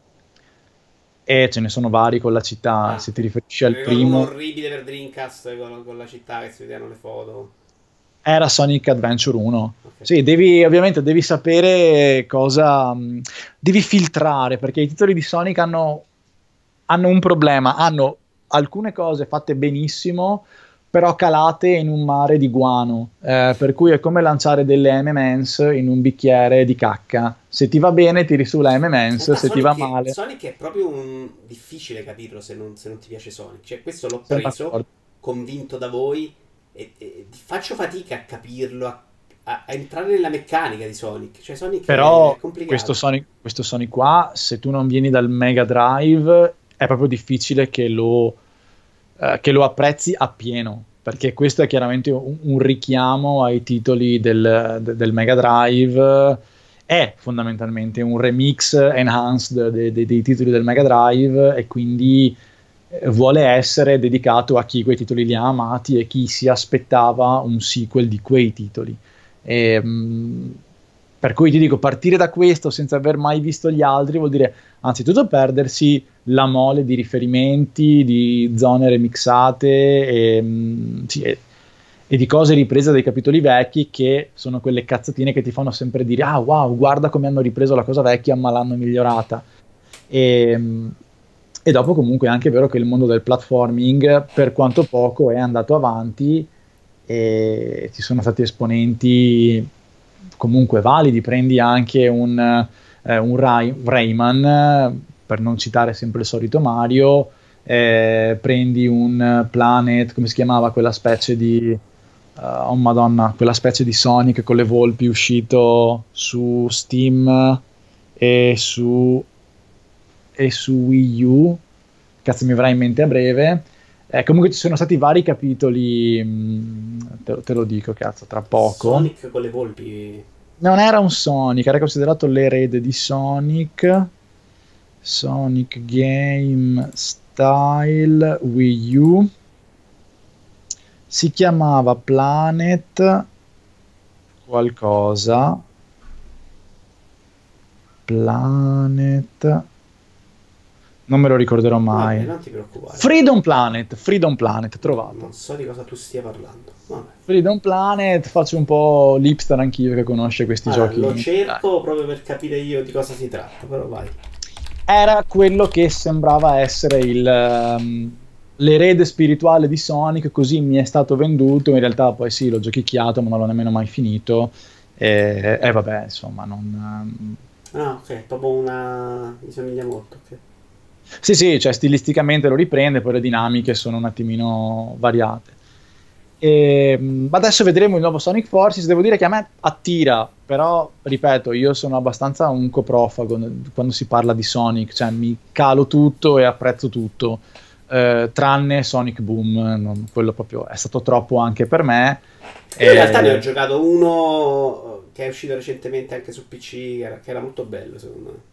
Speaker 2: E ce ne sono vari con la città,
Speaker 1: Ah,
Speaker 2: se
Speaker 1: ok.
Speaker 2: ti riferisci
Speaker 1: Me
Speaker 2: al
Speaker 1: ne ricordo uno
Speaker 2: primo.
Speaker 1: orribile per Dreamcast con, con la città che si vedevano le foto.
Speaker 2: Era Sonic Adventure uno.
Speaker 1: Ok.
Speaker 2: Sì, devi, ovviamente devi sapere cosa, mh, devi filtrare, perché i titoli di Sonic hanno, hanno un problema, hanno alcune cose fatte benissimo, però calate in un mare di guano, eh, per cui è come lanciare delle M and M's in un bicchiere di cacca. Se ti va bene tiri su la M and
Speaker 1: In
Speaker 2: M's,
Speaker 1: realtà
Speaker 2: se ti va
Speaker 1: Sonic è,
Speaker 2: male,
Speaker 1: Sonic è proprio un... difficile capirlo se non, se non ti piace Sonic. Cioè, questo l'ho
Speaker 2: sono
Speaker 1: preso,
Speaker 2: d'accordo.
Speaker 1: convinto da voi, e, e faccio fatica a capirlo, a, a, a entrare nella meccanica di Sonic. Cioè Sonic
Speaker 2: Però
Speaker 1: è complicato.
Speaker 2: questo Sonic, questo Sonic qua, se tu non vieni dal Mega Drive, è proprio difficile che lo, eh, che lo apprezzi appieno, perché questo è chiaramente un, un richiamo ai titoli del, de, del Mega Drive, è fondamentalmente un remix enhanced de, de, dei titoli del Mega Drive, e quindi vuole essere dedicato a chi quei titoli li ha amati e chi si aspettava un sequel di quei titoli. E, mh, per cui ti dico, partire da questo senza aver mai visto gli altri vuol dire anzitutto perdersi la mole di riferimenti, di zone remixate e, mh, sì, e, e di cose riprese dai capitoli vecchi, che sono quelle cazzatine che ti fanno sempre dire ah wow, guarda come hanno ripreso la cosa vecchia ma l'hanno migliorata. E mh, E dopo comunque è anche vero che il mondo del platforming, per quanto poco, è andato avanti e ci sono stati esponenti comunque validi. Prendi anche un, eh, un Ray- Rayman, per non citare sempre il solito Mario, eh, prendi un Planet, come si chiamava quella specie di... Uh, oh madonna, quella specie di Sonic con le volpi uscito su Steam e su... e su Wii U, cazzo mi verrà in mente a breve. Eh, comunque ci sono stati vari capitoli, mh, te, te lo dico cazzo tra poco.
Speaker 1: Sonic con le volpi
Speaker 2: non era un Sonic, era considerato l'erede di Sonic. Sonic Game Style Wii U, si chiamava Planet qualcosa, Planet, non me lo ricorderò mai.
Speaker 1: Vabbè, non ti preoccupare.
Speaker 2: Freedom Planet, Freedom Planet, trovato.
Speaker 1: Non so di cosa tu stia parlando. Vabbè.
Speaker 2: Freedom Planet, faccio un po' l'hipster anch'io che conosce questi
Speaker 1: allora,
Speaker 2: giochi.
Speaker 1: Lo cerco Dai. proprio per capire io di cosa si tratta, però vai.
Speaker 2: Era quello che sembrava essere il, um, l'erede spirituale di Sonic, così mi è stato venduto. In realtà poi sì, l'ho giochicchiato, ma non l'ho nemmeno mai finito. E, e vabbè, insomma, non... Um...
Speaker 1: Ah, ok, proprio una... mi somiglia molto, ok.
Speaker 2: Sì, sì, cioè stilisticamente lo riprende, poi le dinamiche sono un attimino variate. E, ma adesso vedremo il nuovo Sonic Forces. Devo dire che a me attira, però ripeto, io sono abbastanza un coprofago quando si parla di Sonic, cioè mi calo tutto e apprezzo tutto, eh, tranne Sonic Boom, non, quello proprio è stato troppo anche per me.
Speaker 1: Io in realtà ne ho giocato uno che è uscito recentemente anche su P C, che era, che era molto bello secondo me.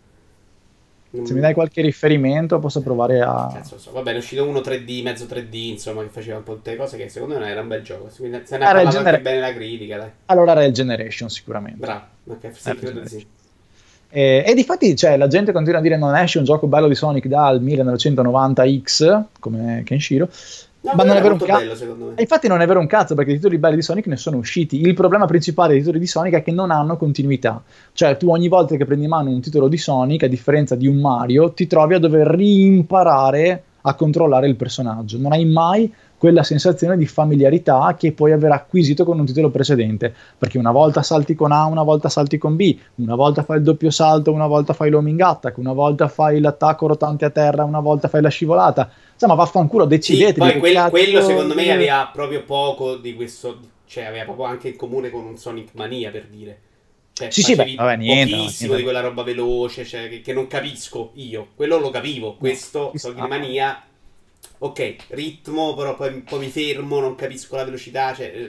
Speaker 2: Se mi dai qualche riferimento posso provare a...
Speaker 1: Cazzo so. Vabbè, è uscito uno tre D, mezzo tre D, insomma, che faceva un po' tutte le cose che secondo me era un bel gioco. Se ne ha
Speaker 2: Era
Speaker 1: parlato
Speaker 2: Gener-
Speaker 1: anche bene la critica, dai.
Speaker 2: Allora era il Generation sicuramente.
Speaker 1: Bravo, ok, sì, credo di sì.
Speaker 2: E, e difatti cioè, la gente continua a dire non esce un gioco bello di Sonic dal millenovecentonovanta X, come Kenshiro.
Speaker 1: No,
Speaker 2: ma non è vero un cazzo.
Speaker 1: Bello, secondo me.
Speaker 2: E infatti non è vero un cazzo, perché i titoli belli di Sonic ne sono usciti. Il problema principale dei titoli di Sonic è che non hanno continuità. Cioè tu ogni volta che prendi in mano un titolo di Sonic, a differenza di un Mario, ti trovi a dover rimparare a controllare il personaggio. Non hai mai quella sensazione di familiarità che puoi aver acquisito con un titolo precedente, perché una volta salti con A, una volta salti con B, una volta fai il doppio salto, una volta fai l'homing attack, una volta fai l'attacco rotante a terra, una volta fai la scivolata. Insomma, vaffanculo, decidete.
Speaker 1: Sì, poi quel, quello secondo me aveva proprio poco di questo, cioè aveva proprio anche in comune con un Sonic Mania, per dire. Cioè,
Speaker 2: sì, sì, beh, vabbè, niente,
Speaker 1: pochissimo
Speaker 2: niente.
Speaker 1: di quella roba veloce, cioè, che, che non capisco io. Quello lo capivo, questo
Speaker 2: no,
Speaker 1: Sonic Mania, ok, ritmo, però poi, poi mi fermo, non capisco la velocità, cioè...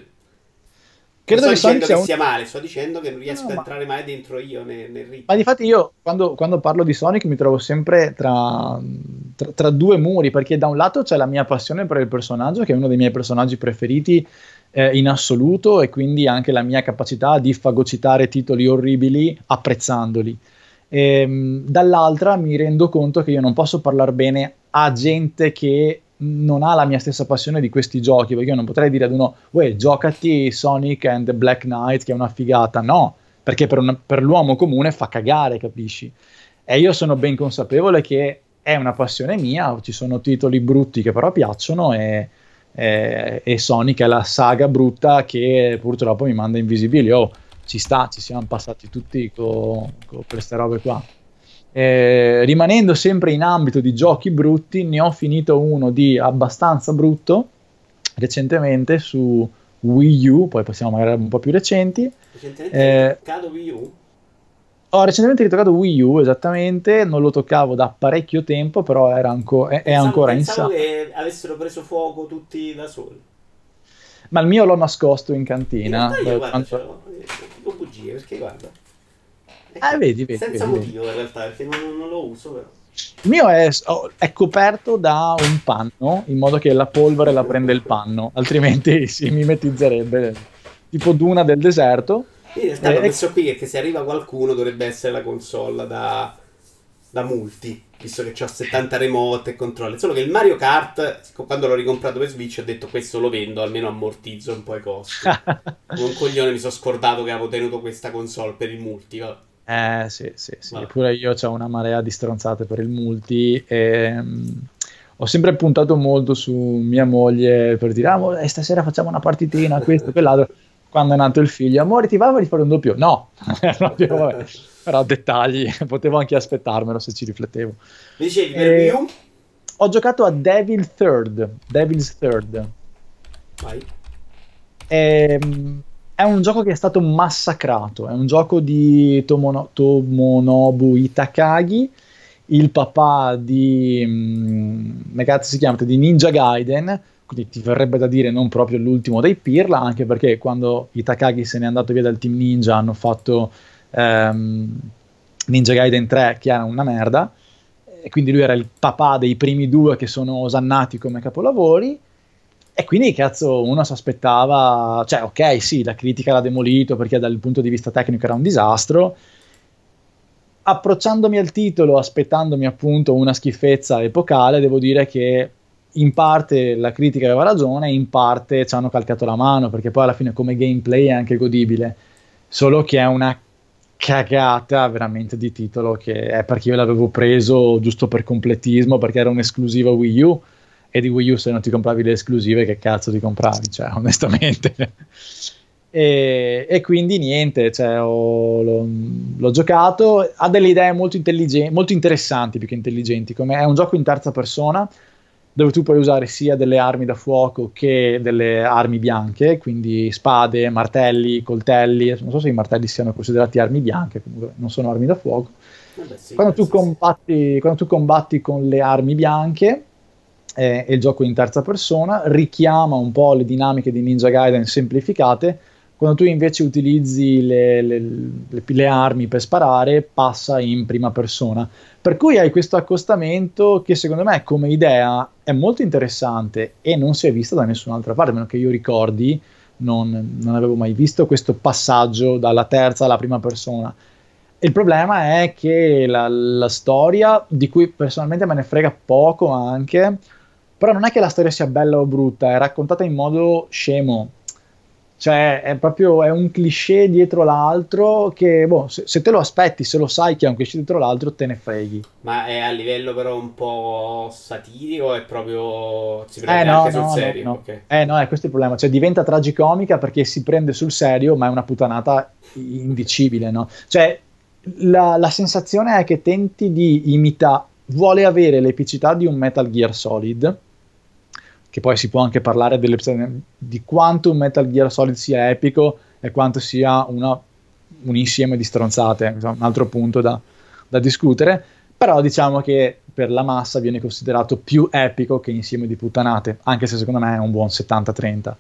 Speaker 2: Credo
Speaker 1: non sto
Speaker 2: che
Speaker 1: dicendo
Speaker 2: sia
Speaker 1: che
Speaker 2: un...
Speaker 1: sia male, sto dicendo che non riesco
Speaker 2: no,
Speaker 1: a
Speaker 2: ma...
Speaker 1: entrare mai dentro io nel, nel ritmo.
Speaker 2: Ma difatti io quando, quando parlo di Sonic mi trovo sempre tra, tra, tra due muri, perché da un lato c'è la mia passione per il personaggio, che è uno dei miei personaggi preferiti eh, in assoluto, e quindi anche la mia capacità di fagocitare titoli orribili apprezzandoli. E, dall'altra mi rendo conto che io non posso parlare bene a gente che non ha la mia stessa passione di questi giochi, perché io non potrei dire ad uno uè, giocati Sonic and the Black Knight che è una figata, no, perché per, un, per l'uomo comune fa cagare, capisci? E io sono ben consapevole che è una passione mia, ci sono titoli brutti che però piacciono, e, e, e Sonic è la saga brutta che purtroppo mi manda invisibili. Oh, ci sta, ci siamo passati tutti con co queste robe qua. Eh, rimanendo sempre in ambito di giochi brutti, ne ho finito uno di abbastanza brutto recentemente su Wii U, poi passiamo magari un po' più recenti.
Speaker 1: Recentemente
Speaker 2: Eh,
Speaker 1: hai toccato Wii U?
Speaker 2: Ho recentemente ritoccato Wii U, esattamente, non lo toccavo da parecchio tempo, però era anco- è, è
Speaker 1: Pensavo,
Speaker 2: ancora in
Speaker 1: pensavo
Speaker 2: sala.
Speaker 1: che avessero preso fuoco tutti da soli.
Speaker 2: Ma il mio l'ho nascosto in
Speaker 1: In
Speaker 2: cantina.
Speaker 1: realtà io,
Speaker 2: eh,
Speaker 1: guarda, ce
Speaker 2: quando-
Speaker 1: l'ho, eh, dico bugie, perché guarda, è
Speaker 2: Eh,
Speaker 1: che-
Speaker 2: vedi, vedi,
Speaker 1: senza
Speaker 2: vedi, vedi.
Speaker 1: motivo in realtà, perché non, non lo uso però.
Speaker 2: Il mio è, oh, è coperto da un panno, in modo che la polvere la prende il panno, altrimenti si mimetizzerebbe, tipo duna del deserto.
Speaker 1: In realtà l'ho
Speaker 2: Eh,
Speaker 1: messo qui perché se arriva qualcuno dovrebbe essere la console da, da multi, visto che ho settanta remote e controlli. Solo che il Mario Kart, quando l'ho ricomprato per Switch, ho detto questo lo vendo, almeno ammortizzo un po' i costi. Come un coglione mi sono scordato che avevo tenuto questa console per il multi. Vabbè.
Speaker 2: Eh sì, sì, sì.
Speaker 1: Vabbè.
Speaker 2: Pure io ho una marea di stronzate per il multi e mm, ho sempre puntato molto su mia moglie per dire, ah, amore, eh, stasera facciamo una partitina, questo, quell'altro. Quando è nato il figlio, amore, ti va di fare un doppio? No, Proprio, vabbè. Però dettagli, potevo anche aspettarmelo se ci riflettevo.
Speaker 1: Mi dicevi per
Speaker 2: E
Speaker 1: Wii U?
Speaker 2: ho giocato a Devil Third, Devil's Third.
Speaker 1: Vai.
Speaker 2: È, è un gioco che è stato massacrato, è un gioco di Tomono- Tomonobu Itakagi, il papà di, mm, come cazzo si chiama, di Ninja Gaiden, quindi ti verrebbe da dire non proprio l'ultimo dei pirla, anche perché quando Itakagi se n'è andato via dal team Ninja hanno fatto ehm, Ninja Gaiden tre, che era una merda, e quindi lui era il papà dei primi due che sono osannati come capolavori. E quindi cazzo uno si aspettava, cioè ok sì, la critica l'ha demolito perché dal punto di vista tecnico era un disastro. Approcciandomi al titolo, aspettandomi appunto una schifezza epocale, devo dire che in parte la critica aveva ragione, in parte ci hanno calcato la mano, perché poi alla fine come gameplay è anche godibile, solo che è una cagata veramente di titolo, che è perché io l'avevo preso giusto per completismo, perché era un'esclusiva Wii U, e di Wii U se non ti compravi le esclusive che cazzo ti compravi, cioè onestamente. E, e quindi niente, cioè, ho- l'ho, l'ho giocato, ha delle idee molto intelligenti, molto interessanti più che intelligenti, come è un gioco in terza persona dove tu puoi usare sia delle armi da fuoco che delle armi bianche, quindi spade, martelli, coltelli, non so se i martelli siano considerati armi bianche, comunque non sono armi da fuoco.
Speaker 1: Vabbè, sì,
Speaker 2: Quando tu
Speaker 1: penso sì.
Speaker 2: combatti, quando tu combatti con le armi bianche, eh, e il gioco in terza persona richiama un po' le dinamiche di Ninja Gaiden semplificate. Quando tu invece utilizzi le, le- le- le armi per sparare, passa in prima persona. Per cui hai questo accostamento che secondo me come idea è molto interessante e non si è vista da nessun'altra parte, a meno che io ricordi, non, non avevo mai visto questo passaggio dalla terza alla prima persona. Il problema è che la, la storia, di cui personalmente me ne frega poco anche, però non è che la storia sia bella o brutta, è raccontata in modo scemo. Cioè, è proprio è un cliché dietro l'altro che, boh, se, se te lo aspetti, se lo sai che è un cliché dietro l'altro, te ne freghi.
Speaker 1: Ma è a livello però un po' satirico, è proprio... si
Speaker 2: Eh
Speaker 1: prende
Speaker 2: no,
Speaker 1: anche sul
Speaker 2: no, no,
Speaker 1: serio,
Speaker 2: no.
Speaker 1: ok.
Speaker 2: Eh no, è questo il problema. Cioè, diventa tragicomica perché si prende sul serio, ma è una puttanata indicibile, no? Cioè, la, la sensazione è che tenti di imitare, vuole avere l'epicità di un Metal Gear Solid, che poi si può anche parlare delle, di quanto un Metal Gear Solid sia epico e quanto sia una, un insieme di stronzate, insomma, un altro punto da, da discutere, però diciamo che per la massa viene considerato più epico che insieme di puttanate, anche se secondo me è un buon settanta trenta.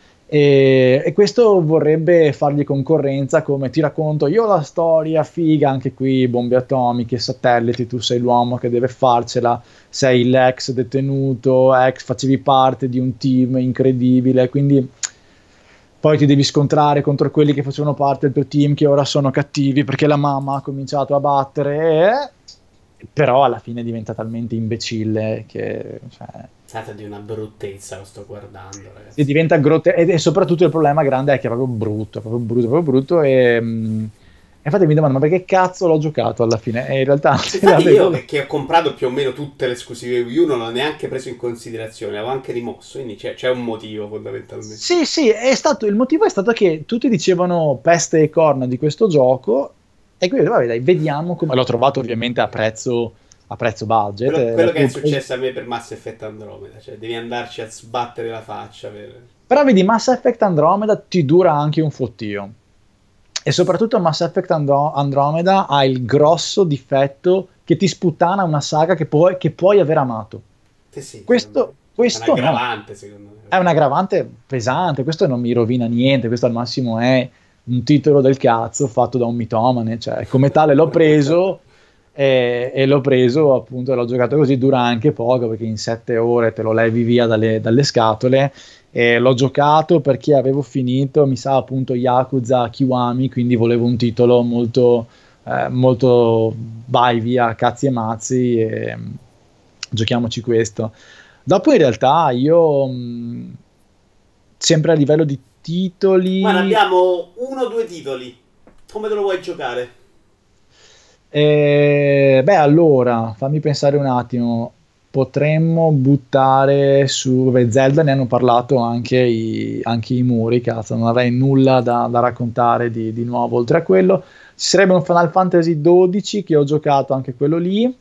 Speaker 2: E, e questo vorrebbe fargli concorrenza, come ti racconto io la storia figa, anche qui bombe atomiche, satelliti, tu sei l'uomo che deve farcela, sei l'ex detenuto, ex, facevi parte di un team incredibile, quindi poi ti devi scontrare contro quelli che facevano parte del tuo team che ora sono cattivi perché la mamma ha cominciato a battere, e... però alla fine diventa talmente imbecille che... Cioè,
Speaker 1: È stata di una bruttezza, lo sto guardando,
Speaker 2: e
Speaker 1: ragazzi.
Speaker 2: diventa grotte e, e soprattutto il problema grande è che è proprio brutto, è proprio brutto, proprio brutto e, mh, e infatti mi domando ma perché cazzo l'ho giocato alla fine e in realtà
Speaker 1: Infatti io che ho comprato più o meno tutte le esclusive Wii U non l'ho neanche preso in considerazione, l'avevo anche rimosso, quindi c'è, c'è un motivo fondamentalmente.
Speaker 2: sì sì è stato, il motivo è stato che tutti dicevano peste e corna di questo gioco e quindi vabbè dai vediamo come l'ho trovato ovviamente a prezzo a prezzo budget
Speaker 1: Quello,
Speaker 2: eh,
Speaker 1: quello che è
Speaker 2: l'avevo preso-
Speaker 1: successo a me per Mass Effect Andromeda, cioè devi andarci a sbattere la faccia per...
Speaker 2: Però vedi, Mass Effect Andromeda ti dura anche un fottio. E soprattutto Mass Effect Andro- Andromeda ha il grosso difetto che ti sputtana una saga che puoi, che puoi aver amato.
Speaker 1: Sì, sì, secondo me.
Speaker 2: Questo,
Speaker 1: È un
Speaker 2: questo no.
Speaker 1: aggravante, secondo me.
Speaker 2: È un aggravante pesante, questo non mi rovina niente, questo al massimo è un titolo del cazzo fatto da un mitomane, cioè come tale l'ho preso e, e l'ho preso appunto e l'ho giocato così, dura anche poco perché in sette ore te lo levi via dalle, dalle scatole e l'ho giocato perché avevo finito, mi sa appunto Yakuza Kiwami, quindi volevo un titolo molto, eh, molto vai via cazzi e mazzi e mm, giochiamoci questo. Dopo in realtà io mh, sempre a livello di
Speaker 1: Guarda,
Speaker 2: titoli
Speaker 1: abbiamo uno o due titoli. Come te lo vuoi giocare?
Speaker 2: eh, beh allora fammi pensare un attimo, potremmo buttare su beh, Zelda, ne hanno parlato anche i, anche i muri, cazzo non avrei nulla da, da raccontare di, di nuovo oltre a quello. Ci sarebbe un Final Fantasy dodici che ho giocato anche quello lì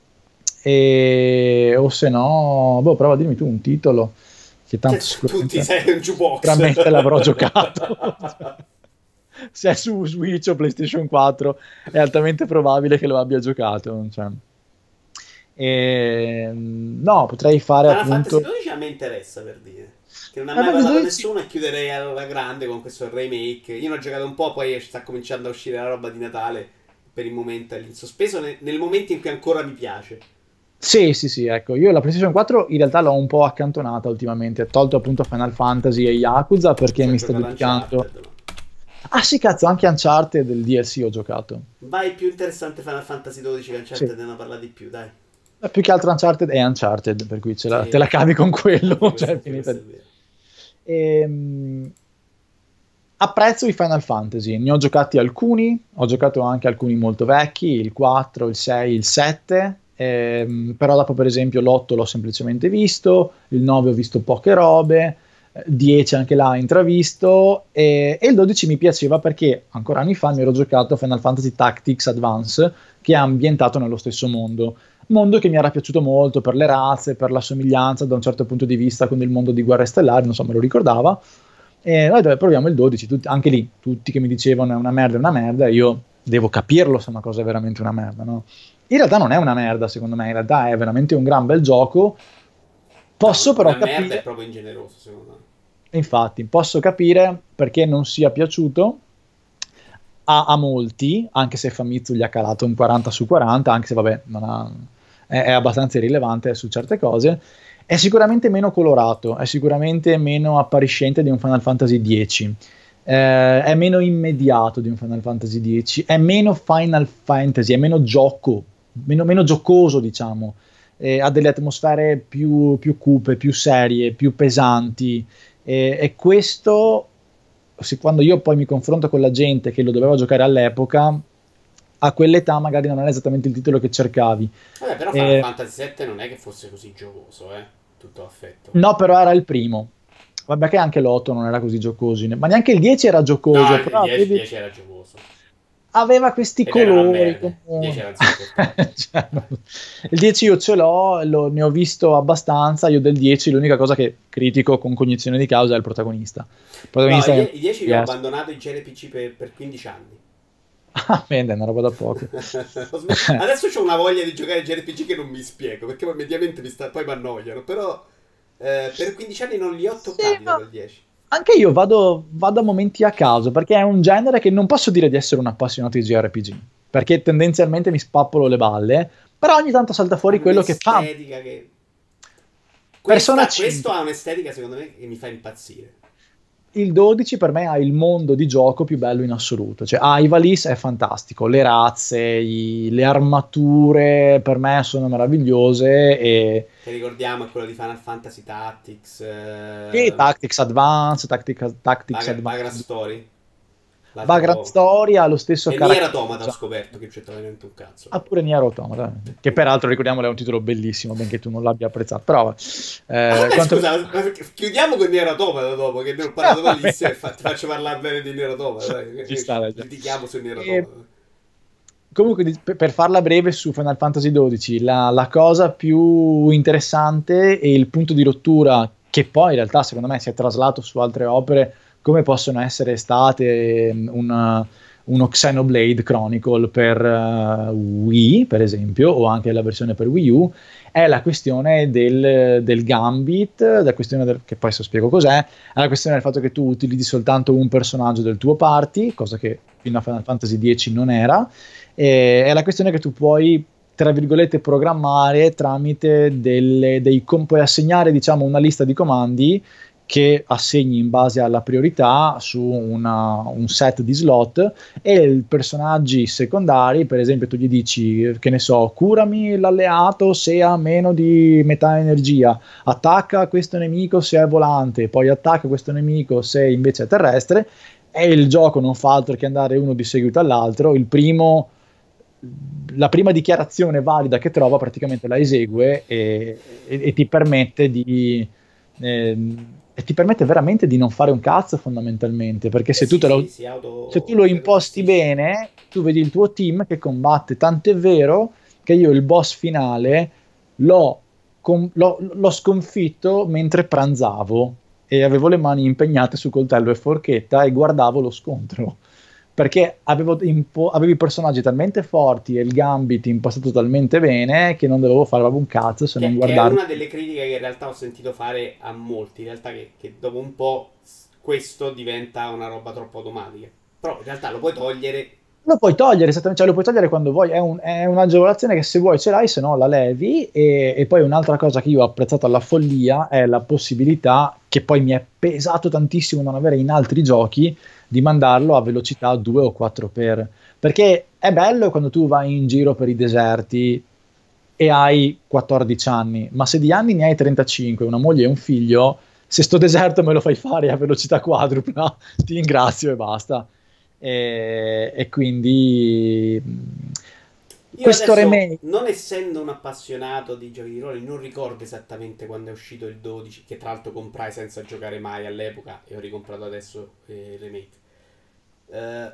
Speaker 2: e, o se no boh, prova a dirmi tu un titolo che tanto
Speaker 1: Cioè, tutti
Speaker 2: sicuramente,
Speaker 1: sei un jukebox.
Speaker 2: sicuramente l'avrò giocato. Se è su Switch o PlayStation quattro è altamente probabile che lo abbia giocato, cioè. E, no, potrei fare
Speaker 1: Final Fantasy
Speaker 2: appunto
Speaker 1: dodici a me interessa, per dire. Che non ha
Speaker 2: eh,
Speaker 1: mai
Speaker 2: beh,
Speaker 1: parlato
Speaker 2: dodici
Speaker 1: nessuno e chiuderei alla grande con questo remake. Io ne ho giocato un po', poi sta cominciando a uscire la roba di Natale. Per il momento è lì in sospeso, nel, nel momento in cui ancora mi piace.
Speaker 2: sì, sì, sì, ecco, io la PlayStation quattro in realtà l'ho un po' accantonata ultimamente, tolto appunto Final Fantasy e Yakuza perché
Speaker 1: Ci ho
Speaker 2: mi sto
Speaker 1: giocato
Speaker 2: dedicando.
Speaker 1: Uncharted, no?
Speaker 2: Ah sì, cazzo, anche Uncharted del D L C ho giocato.
Speaker 1: Vai, più interessante Final Fantasy dodici che
Speaker 2: Sì.
Speaker 1: Uncharted ne parla di più, dai.
Speaker 2: Eh, Più che altro Uncharted è Uncharted, per cui ce la-
Speaker 1: Sì,
Speaker 2: te la cavi con quello,
Speaker 1: anche
Speaker 2: cioè
Speaker 1: questo,
Speaker 2: è
Speaker 1: anche
Speaker 2: finita
Speaker 1: questo è
Speaker 2: lì.
Speaker 1: vero.
Speaker 2: Ehm, apprezzo i Final Fantasy, ne ho giocati alcuni, ho giocato anche alcuni molto vecchi, il quattro, il sei, il sette, ehm, però dopo per esempio l'otto l'ho semplicemente visto, il nove ho visto poche robe, eh, dieci anche là intravisto e, e il dodici mi piaceva perché ancora anni fa mi ero giocato Final Fantasy Tactics Advance che è ambientato nello stesso mondo. Mondo che mi era piaciuto molto per le razze, per la somiglianza da un certo punto di vista con il mondo di Guerre Stellari, non so, me lo ricordava. E noi dove proviamo il dodici, tutti- anche lì, tutti che mi dicevano è una merda, è una merda, e io devo capirlo se una cosa è veramente una merda, no? In realtà non è una merda, secondo me, in realtà è veramente un gran bel gioco.
Speaker 1: No,
Speaker 2: Posso però
Speaker 1: una merda è
Speaker 2: capire,
Speaker 1: proprio ingeneroso, secondo me.
Speaker 2: infatti, posso capire perché non sia piaciuto a, a molti, anche se Famitsu gli ha calato un quaranta su quaranta, anche se vabbè, non ha- è, è abbastanza irrilevante su certe cose. È sicuramente meno colorato, è sicuramente meno appariscente di un Final Fantasy dieci, eh, è meno immediato di un Final Fantasy dieci, è meno Final Fantasy, è meno gioco, meno, meno giocoso, diciamo. Eh, ha delle atmosfere più, più cupe, più serie, più pesanti. E, e questo, se, quando io poi mi confronto con la gente che lo doveva giocare all'epoca, a quell'età magari non è esattamente il titolo che cercavi.
Speaker 1: Vabbè, però Final
Speaker 2: Eh,
Speaker 1: Fantasy sette non è che fosse così giocoso, eh. Tutto affetto.
Speaker 2: no, però era il primo. Vabbè che anche l'otto non era così giocoso, ma neanche il dieci era
Speaker 1: No,
Speaker 2: giocoso,
Speaker 1: il
Speaker 2: però
Speaker 1: dieci,
Speaker 2: avevi-
Speaker 1: dieci era giocoso.
Speaker 2: aveva questi
Speaker 1: Ed era una
Speaker 2: colori
Speaker 1: merda. dieci
Speaker 2: comunque.
Speaker 1: era zitto il top.
Speaker 2: Cioè, no. Il dieci io ce l'ho, lo- ne ho visto abbastanza, io del dieci l'unica cosa che critico con cognizione di causa è il protagonista. Il
Speaker 1: No,
Speaker 2: protagonista
Speaker 1: i
Speaker 2: è un
Speaker 1: die- i dieci li ho
Speaker 2: yes.
Speaker 1: abbandonato in J R P G per, per quindici anni.
Speaker 2: Ah, vedi, è una roba da poco.
Speaker 1: Ho sm- Adesso ho una voglia di giocare J R P G che non mi spiego, perché poi mediamente mi sta... poi mi annoiano, però eh, per quindici anni non li ho
Speaker 2: Sì,
Speaker 1: toccati
Speaker 2: ma
Speaker 1: dopo il dieci.
Speaker 2: anche io vado, vado a momenti a caso, perché è un genere che non posso dire di essere un appassionato di J R P G, perché tendenzialmente mi spappolo le balle, però ogni tanto salta fuori
Speaker 1: Hanno
Speaker 2: quello che fa.
Speaker 1: un'estetica che...
Speaker 2: Persona
Speaker 1: Questa, questo
Speaker 2: cinque.
Speaker 1: ha un'estetica secondo me che mi fa impazzire.
Speaker 2: Il dodici per me ha il mondo di gioco più bello in assoluto, cioè Ivalice è fantastico, le razze, i- le armature per me sono meravigliose e,
Speaker 1: Che ricordiamo è quello di Final Fantasy Tactics,
Speaker 2: e
Speaker 1: eh,
Speaker 2: Tactics Advance, Tactics, Tactics
Speaker 1: Vagra- Vagrant
Speaker 2: Advance,
Speaker 1: Story.
Speaker 2: Vagrant
Speaker 1: L'altro...
Speaker 2: Story ha lo stesso
Speaker 1: E Nier
Speaker 2: carattere,
Speaker 1: Automata ho
Speaker 2: diciamo.
Speaker 1: scoperto che c'è veramente un cazzo.
Speaker 2: Ah, pure Nier Automata, che peraltro ricordiamolo è un titolo bellissimo, benché tu non l'abbia apprezzato, però
Speaker 1: Ah,
Speaker 2: eh,
Speaker 1: vabbè,
Speaker 2: quanto...
Speaker 1: scusa, ma perché- chiudiamo con Nier Automata dopo, che ne ho parlato
Speaker 2: Ah,
Speaker 1: malissimo e fa- ti faccio parlare bene di Nier Automata, dai, che-
Speaker 2: ci
Speaker 1: che
Speaker 2: sta, dai, già.
Speaker 1: litighiamo su Nier
Speaker 2: E
Speaker 1: Automata.
Speaker 2: comunque, di- per per farla breve su Final Fantasy dodici, la, la cosa più interessante e il punto di rottura che poi in realtà secondo me si è traslato su altre opere come possono essere state una, uno Xenoblade Chronicle per uh, Wii, per esempio, o anche la versione per Wii U, è la questione del, del Gambit, la questione del, che poi se spiego cos'è, è la questione del fatto che tu utilizzi soltanto un personaggio del tuo party, cosa che fino a Final Fantasy dieci non era, e è la questione che tu puoi, tra virgolette, programmare tramite delle, dei, puoi assegnare, diciamo, una lista di comandi che assegni in base alla priorità su una, un set di slot, e i personaggi secondari, per esempio, tu gli dici, che ne so, curami l'alleato se ha meno di metà energia, attacca questo nemico se è volante, poi attacca questo nemico se invece è terrestre, e il gioco non fa altro che andare uno di seguito all'altro. Il primo, la prima dichiarazione valida che trova praticamente la esegue e, e, e ti permette di... Eh, e ti permette veramente di non fare un cazzo, fondamentalmente, perché se,
Speaker 1: Eh
Speaker 2: tu,
Speaker 1: sì,
Speaker 2: te lo,
Speaker 1: sì, auto...
Speaker 2: se tu lo imposti bene, tu vedi il tuo team che combatte, tant'è vero che io il boss finale l'ho, com- l'ho, l'ho sconfitto mentre pranzavo e avevo le mani impegnate su coltello e forchetta e guardavo lo scontro, perché avevo, impo- avevo i personaggi talmente forti e il gambit impostato talmente bene che non dovevo fare proprio un cazzo se
Speaker 1: Che,
Speaker 2: non
Speaker 1: che è
Speaker 2: guardare.
Speaker 1: una delle critiche che in realtà ho sentito fare a molti, in realtà che, che dopo un po' questo diventa una roba troppo automatica. Però in realtà lo puoi togliere.
Speaker 2: Lo puoi togliere, esattamente, cioè lo puoi togliere quando vuoi, è, un- è un'agevolazione che se vuoi ce l'hai, se no la levi. E, e poi un'altra cosa che io ho apprezzato alla follia è la possibilità, che poi mi è pesato tantissimo non avere in altri giochi, di mandarlo a velocità due o quattro per, perché è bello quando tu vai in giro per i deserti e hai quattordici anni, ma se di anni ne hai trentacinque, una moglie e un figlio, se sto deserto me lo fai fare a velocità quadrupla, ti ringrazio e basta. E, e quindi mh,
Speaker 1: Io
Speaker 2: questo
Speaker 1: adesso,
Speaker 2: remake,
Speaker 1: non essendo un appassionato di giochi di ruolo, non ricordo esattamente quando è uscito il dodici, che tra l'altro comprai senza giocare mai all'epoca e ho ricomprato adesso eh, il remake. Eh,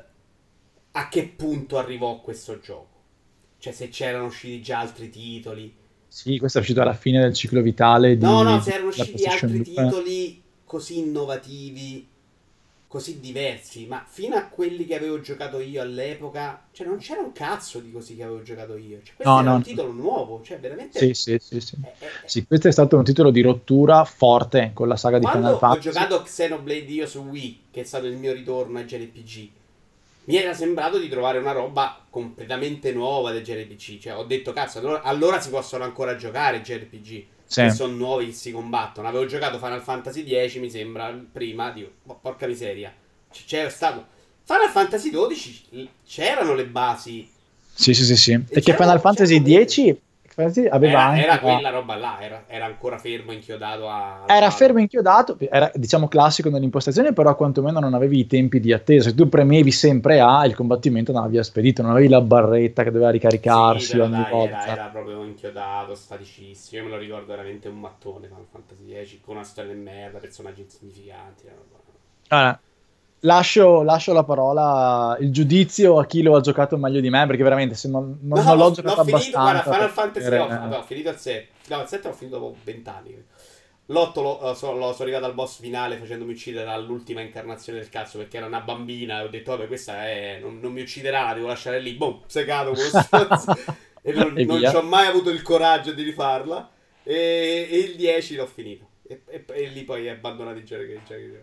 Speaker 1: a che punto arrivò questo gioco? Cioè se c'erano usciti già altri titoli.
Speaker 2: sì, questo è uscito alla fine del ciclo vitale
Speaker 1: No, no,
Speaker 2: di,
Speaker 1: se
Speaker 2: di
Speaker 1: erano
Speaker 2: la
Speaker 1: usciti
Speaker 2: PlayStation
Speaker 1: altri
Speaker 2: due.
Speaker 1: titoli così innovativi, così diversi, ma fino a quelli che avevo giocato io all'epoca, cioè non c'era un cazzo di così che avevo giocato io. Cioè, questo
Speaker 2: No,
Speaker 1: era
Speaker 2: no,
Speaker 1: un
Speaker 2: no.
Speaker 1: titolo nuovo, cioè veramente...
Speaker 2: Sì, sì, sì, sì.
Speaker 1: è- è- è-
Speaker 2: Sì, questo è stato un titolo di rottura forte con la saga di
Speaker 1: Quando
Speaker 2: Final
Speaker 1: ho
Speaker 2: Fantasy.
Speaker 1: giocato Xenoblade io su Wii, che è stato il mio ritorno ai J R P G, mi era sembrato di trovare una roba completamente nuova del J R P G. Cioè, ho detto, cazzo, allora, allora si possono ancora giocare i J R P G,
Speaker 2: Sì.
Speaker 1: che sono nuovi, che si combattono. Avevo giocato Final Fantasy dieci, mi sembra, prima, dico, oh, porca miseria. C- C'era stato... Final Fantasy dodici, l- c'erano le basi,
Speaker 2: Sì, sì, sì, sì.
Speaker 1: e
Speaker 2: E che Final
Speaker 1: c'erano,
Speaker 2: Fantasy
Speaker 1: c'erano bene.
Speaker 2: dieci Final Fantasy aveva
Speaker 1: Era,
Speaker 2: anche
Speaker 1: era
Speaker 2: la-
Speaker 1: quella roba là, era, era ancora fermo, inchiodato a- al
Speaker 2: era
Speaker 1: tavolo.
Speaker 2: fermo inchiodato, era diciamo classico nell'impostazione, però quantomeno non avevi i tempi di attesa. Se tu premevi sempre A, il combattimento andava via spedito, non avevi la barretta che doveva
Speaker 1: Sì,
Speaker 2: ricaricarsi
Speaker 1: però
Speaker 2: ogni
Speaker 1: dai, era,
Speaker 2: volta.
Speaker 1: era proprio inchiodato, staticissimo. Io me lo ricordo veramente un mattone Final Fantasy dieci, con una storia di merda, personaggi insignificanti. una roba-
Speaker 2: Allora, lascio, lascio la parola, il giudizio a chi lo ha giocato meglio di me, perché veramente se non,
Speaker 1: No,
Speaker 2: non- non l'ho
Speaker 1: ho, l'ho
Speaker 2: giocato
Speaker 1: finito. Guarda,
Speaker 2: abbastanza
Speaker 1: Final
Speaker 2: per
Speaker 1: Fantasy.
Speaker 2: poter,
Speaker 1: No, vabbè,
Speaker 2: eh,
Speaker 1: ho finito il sette. No, il sette l'ho finito dopo venti anni. L'otto lo, lo so- lo sono arrivato al boss finale facendomi uccidere all'ultima incarnazione del cazzo perché era una bambina. E ho detto, vabbè, questa è, non, non mi ucciderà, la devo lasciare lì. Boom, segato come lo stronzo. E non,
Speaker 2: e
Speaker 1: non ci
Speaker 2: via.
Speaker 1: ho mai avuto il coraggio di rifarla. E, e il dieci l'ho finito. E, e- e lì poi è abbandonato i giochi. i giochi.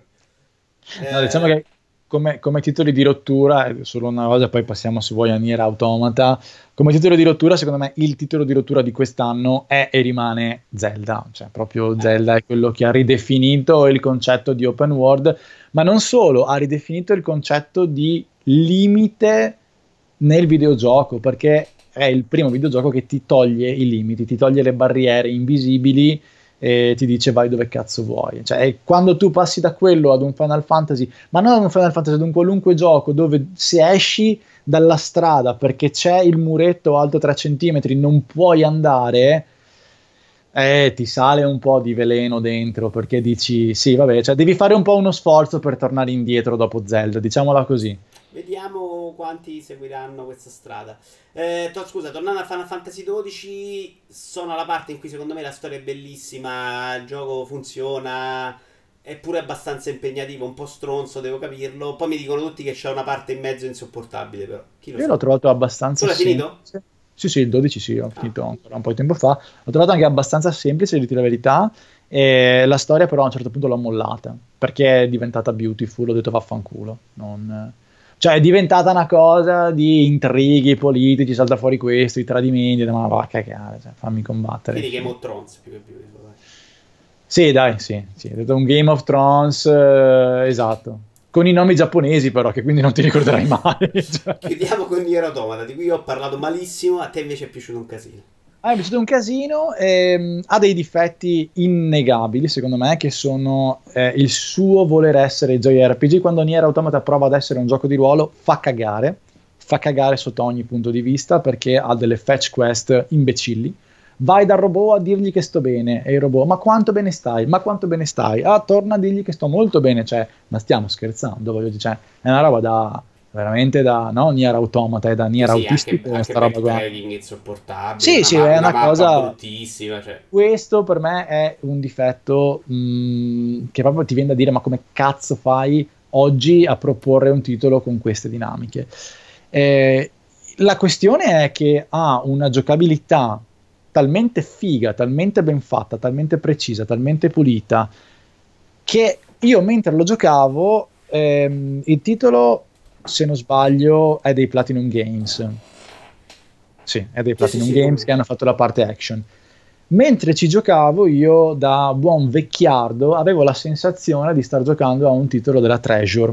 Speaker 2: No, diciamo
Speaker 1: Eh,
Speaker 2: che come, come titoli di rottura, è solo una cosa, poi passiamo se vuoi a Nier Automata, come titolo di rottura, secondo me il titolo di rottura di quest'anno è e rimane Zelda, cioè proprio
Speaker 1: eh,
Speaker 2: Zelda è quello che ha ridefinito il concetto di open world, ma non solo, ha ridefinito il concetto di limite nel videogioco, perché è il primo videogioco che ti toglie i limiti, ti toglie le barriere invisibili e ti dice vai dove cazzo vuoi. Cioè, quando tu passi da quello ad un Final Fantasy, ma non ad un Final Fantasy, ad un qualunque gioco dove se esci dalla strada perché c'è il muretto alto tre centimetri, non puoi andare, eh, ti sale un po' di veleno dentro perché dici sì, vabbè, cioè devi fare un po' uno sforzo per tornare indietro dopo Zelda, diciamola così.
Speaker 1: Vediamo quanti seguiranno questa strada. Eh, to- scusa, tornando a Final Fantasy dodici, sono alla parte in cui secondo me la storia è bellissima, il gioco funziona, è pure abbastanza impegnativo, un po' stronzo, devo capirlo. Poi mi dicono tutti che c'è una parte in mezzo insopportabile, però chi lo
Speaker 2: Io
Speaker 1: sa.
Speaker 2: l'ho trovato
Speaker 1: Tu
Speaker 2: abbastanza
Speaker 1: l'hai finito?
Speaker 2: semplice. Sì, sì, il dodici sì, ho
Speaker 1: Ah,
Speaker 2: finito ancora un po' di tempo fa. L'ho trovato anche abbastanza semplice, di dire la verità. E la storia però a un certo punto l'ho mollata, perché è diventata beautiful, ho detto vaffanculo. Non... Cioè è diventata una cosa di intrighi politici, salta fuori questo, i tradimenti, ma va a cagare, cioè, fammi combattere.
Speaker 1: quindi Game of Thrones più che Beautiful, dai.
Speaker 2: Sì, dai, sì, sì, è detto un Game of Thrones, eh, esatto. Con i nomi giapponesi però, che quindi non ti ricorderai mai. Cioè.
Speaker 1: Chiudiamo con Nier Automata, di cui io ho parlato malissimo, a te invece è piaciuto un casino.
Speaker 2: Ah, mi è piaciuto un casino, ehm, ha dei difetti innegabili, secondo me, che sono eh, il suo voler essere J R P G. Quando Nier Automata prova ad essere un gioco di ruolo, fa cagare, fa cagare sotto ogni punto di vista, perché ha delle fetch quest imbecilli. Vai dal robot a dirgli che sto bene, e il robot, ma quanto bene stai? Ma quanto bene stai? Ah, torna a dirgli che sto molto bene, cioè, ma stiamo scherzando, voglio dire, cioè, è una roba da, veramente da, no, Nier Automata, è da
Speaker 1: Sì,
Speaker 2: Nier
Speaker 1: sì, anche,
Speaker 2: autistico,
Speaker 1: anche
Speaker 2: questa roba qua.
Speaker 1: backtracking insopportabile,
Speaker 2: Sì,
Speaker 1: una,
Speaker 2: sì,
Speaker 1: ma-
Speaker 2: è
Speaker 1: una
Speaker 2: una
Speaker 1: mappa
Speaker 2: cosa.
Speaker 1: bruttissima, cioè.
Speaker 2: Questo per me è un difetto mh, che proprio ti viene da dire: ma come cazzo fai oggi a proporre un titolo con queste dinamiche? Eh, la questione è che ha una giocabilità talmente figa, talmente ben fatta, talmente precisa, talmente pulita, che io mentre lo giocavo, ehm, il titolo, se non sbaglio, è dei Platinum Games. Sì, è dei
Speaker 1: Sì, sì,
Speaker 2: Platinum
Speaker 1: sì,
Speaker 2: Games
Speaker 1: come...
Speaker 2: che hanno fatto la parte action. Mentre ci giocavo, io da buon vecchiardo avevo la sensazione di star giocando a un titolo della Treasure.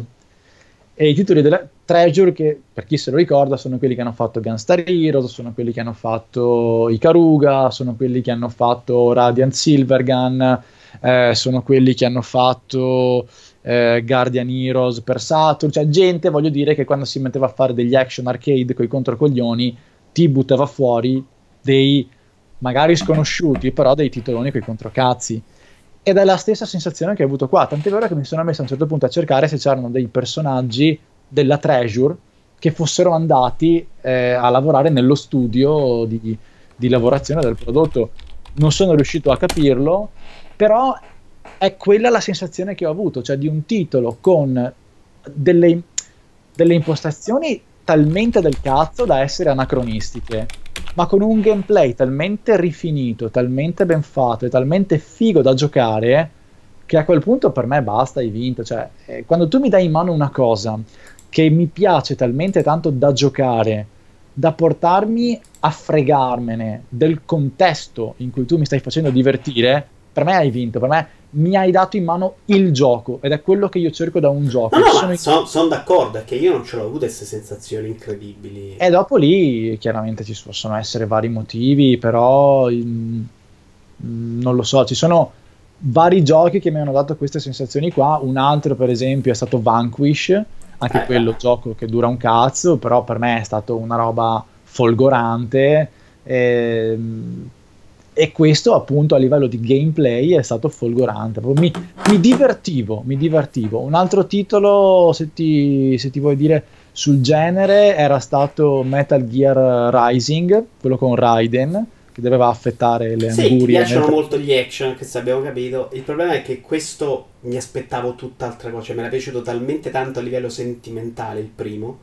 Speaker 2: E i titoli della Treasure, che per chi se lo ricorda, sono quelli che hanno fatto Gunstar Heroes, sono quelli che hanno fatto Ikaruga, sono quelli che hanno fatto Radiant Silvergun, eh, sono quelli che hanno fatto eh, Guardian Heroes per Saturn, cioè gente, voglio dire, che quando si metteva a fare degli action arcade con i controcoglioni ti buttava fuori dei magari sconosciuti, però dei titoloni con i controcazzi. Ed è la stessa sensazione che ho avuto qua, tant'è vero che mi sono messo a un certo punto a cercare se c'erano dei personaggi della Treasure che fossero andati eh, a lavorare nello studio di, di lavorazione del prodotto. Non sono riuscito a capirlo, però è quella la sensazione che ho avuto, cioè di un titolo con delle, delle impostazioni talmente del cazzo da essere anacronistiche, ma con un gameplay talmente rifinito, talmente ben fatto e talmente figo da giocare, che a quel punto per me basta, hai vinto. Cioè, eh, quando tu mi dai in mano una cosa che mi piace talmente tanto da giocare, da portarmi a fregarmene del contesto in cui tu mi stai facendo divertire, per me hai vinto, per me mi hai dato in mano il gioco, ed è quello che io cerco da un
Speaker 1: No,
Speaker 2: gioco.
Speaker 1: no,
Speaker 2: Ci sono
Speaker 1: ma
Speaker 2: i-
Speaker 1: sono son d'accordo, è che io non ce l'ho avuto queste sensazioni incredibili.
Speaker 2: E dopo lì chiaramente ci possono essere vari motivi, però mm, mm, non lo so, ci sono vari giochi che mi hanno dato queste sensazioni qua. Un altro, per esempio, è stato Vanquish, anche
Speaker 1: Eh,
Speaker 2: quello gioco che dura un cazzo, però per me è stato una roba folgorante. ehm, E, questo appunto a livello di gameplay è stato folgorante. Proprio Mi, mi divertivo, mi divertivo. Un altro titolo, se ti, se ti vuoi dire sul genere, era stato Metal Gear Rising, quello con Raiden, che doveva affettare le
Speaker 1: sì, ti
Speaker 2: angurie nel
Speaker 1: piacciono
Speaker 2: tre.
Speaker 1: molto gli action, che se abbiamo capito. Il problema è che questo mi aspettavo tutt'altra cosa, cioè mi era piaciuto talmente tanto a livello sentimentale il primo,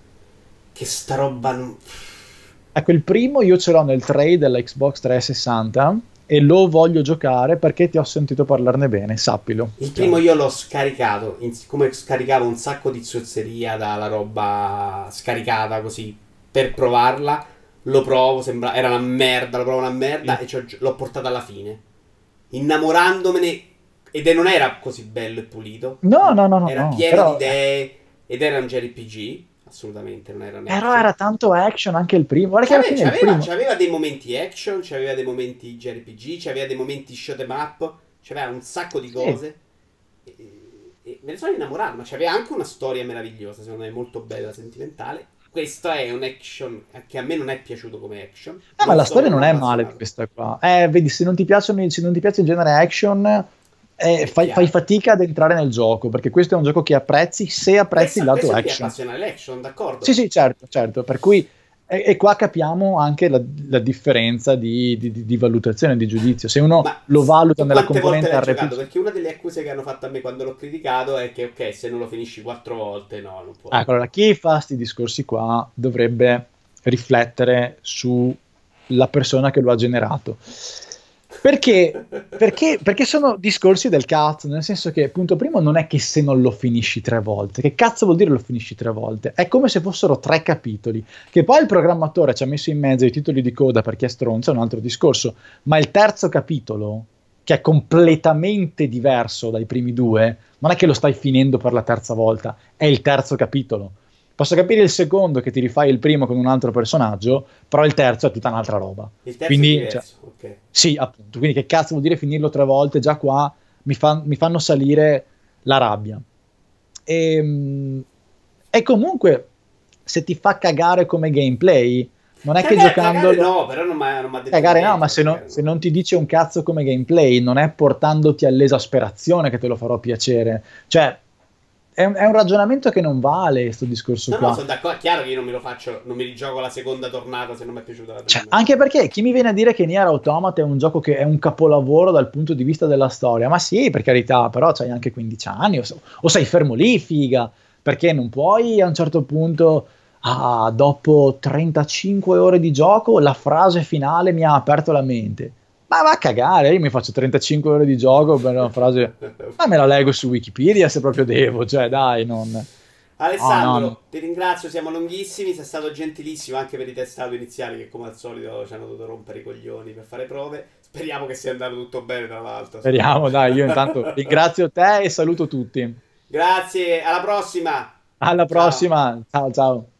Speaker 1: che sta roba non...
Speaker 2: Ecco, il primo io ce l'ho nel trade della Xbox trecentosessanta e lo voglio giocare perché ti ho sentito parlarne bene, sappilo.
Speaker 1: Il primo
Speaker 2: Chiaro.
Speaker 1: io l'ho scaricato, in- come scaricavo un sacco di zozzeria dalla roba scaricata così per provarla. Lo provo, sembra, era una merda, lo provo una merda
Speaker 2: Sì.
Speaker 1: e c'ho- l'ho portata alla fine. Innamorandomene, ed è- non era così bello e pulito,
Speaker 2: No, no, no, no,
Speaker 1: era
Speaker 2: no,
Speaker 1: pieno di
Speaker 2: però, eh,
Speaker 1: idee ed era un J R P G, assolutamente, non era un
Speaker 2: però
Speaker 1: action.
Speaker 2: era tanto action anche il primo. Guarda che alla
Speaker 1: C'aveva,
Speaker 2: fine il
Speaker 1: c'aveva,
Speaker 2: primo.
Speaker 1: c'aveva dei momenti action, c'aveva dei momenti J R P G, c'aveva dei momenti shoot 'em up, c'aveva un sacco di
Speaker 2: Sì.
Speaker 1: cose. E, e me ne sono innamorato, ma c'aveva anche una storia meravigliosa, secondo me molto bella, sentimentale. Questo è un action che a me non è piaciuto come action.
Speaker 2: Eh, ma
Speaker 1: Non
Speaker 2: la storia
Speaker 1: sono un
Speaker 2: non è male di
Speaker 1: appassionato.
Speaker 2: questa qua. Eh, vedi, se non ti piacciono, se non ti piace il genere action, eh, fai, fai fatica ad entrare nel gioco, perché questo è un gioco che apprezzi se apprezzi il lato action.
Speaker 1: Appassiona l'action, d'accordo?
Speaker 2: Sì, sì, certo, certo, per cui e, e qua capiamo anche la, la differenza di, di, di valutazione, di giudizio. Se uno
Speaker 1: Ma
Speaker 2: lo valuta nella
Speaker 1: quante volte
Speaker 2: componente
Speaker 1: l'hai giocato?
Speaker 2: R P G.
Speaker 1: Perché una delle accuse che hanno fatto a me quando l'ho criticato è che, ok, se non lo finisci quattro volte, no, non puoi.
Speaker 2: Ecco, allora, chi fa questi discorsi qua dovrebbe riflettere sulla persona che lo ha generato. Perché, perché, perché sono discorsi del cazzo, nel senso che, punto primo, non è che se non lo finisci tre volte, che cazzo vuol dire lo finisci tre volte? È come se fossero tre capitoli, che poi il programmatore ci ha messo in mezzo i titoli di coda perché è stronzo, è un altro discorso, ma il terzo capitolo, che è completamente diverso dai primi due, non è che lo stai finendo per la terza volta, è il terzo capitolo. Posso capire il secondo che ti rifai il primo con un altro personaggio, però il terzo è tutta un'altra roba.
Speaker 1: Il terzo
Speaker 2: Quindi,
Speaker 1: è diverso,
Speaker 2: cioè,
Speaker 1: ok.
Speaker 2: sì, appunto. Quindi che cazzo vuol dire finirlo tre volte? Già qua mi, fa, mi fanno salire la rabbia. E, e comunque, se ti fa cagare come gameplay, non è
Speaker 1: Cagare,
Speaker 2: che giocando...
Speaker 1: cagare no, però non mi ha detto
Speaker 2: Cagare no,
Speaker 1: niente,
Speaker 2: ma se, no,
Speaker 1: perché...
Speaker 2: se non ti dice un cazzo come gameplay, non è portandoti all'esasperazione che te lo farò piacere. Cioè, è un, è un ragionamento che non vale sto discorso
Speaker 1: No,
Speaker 2: qua.
Speaker 1: no, sono d'accordo, è chiaro che io non me lo faccio, non mi rigioco la seconda tornata se non mi è piaciuta la prima.
Speaker 2: Cioè, anche perché chi mi viene a dire che Nier Automata è un gioco che è un capolavoro dal punto di vista della storia, ma sì, per carità, però c'hai anche quindici anni, o, o sei fermo lì, figa, perché non puoi a un certo punto, ah, dopo trentacinque ore di gioco, la frase finale mi ha aperto la mente. Ma va a cagare, io mi faccio trentacinque ore di gioco per una frase, ma me la leggo su Wikipedia se proprio devo, cioè dai, non...
Speaker 1: Alessandro,
Speaker 2: oh, no, no.
Speaker 1: ti ringrazio, siamo lunghissimi, sei stato gentilissimo anche per i test audio iniziali che come al solito ci hanno dovuto rompere i coglioni per fare prove. Speriamo che sia andato tutto bene tra l'altro.
Speaker 2: Speriamo, dai, io intanto ringrazio te e saluto tutti.
Speaker 1: Grazie, alla prossima!
Speaker 2: Alla
Speaker 1: Ciao.
Speaker 2: prossima, ciao ciao.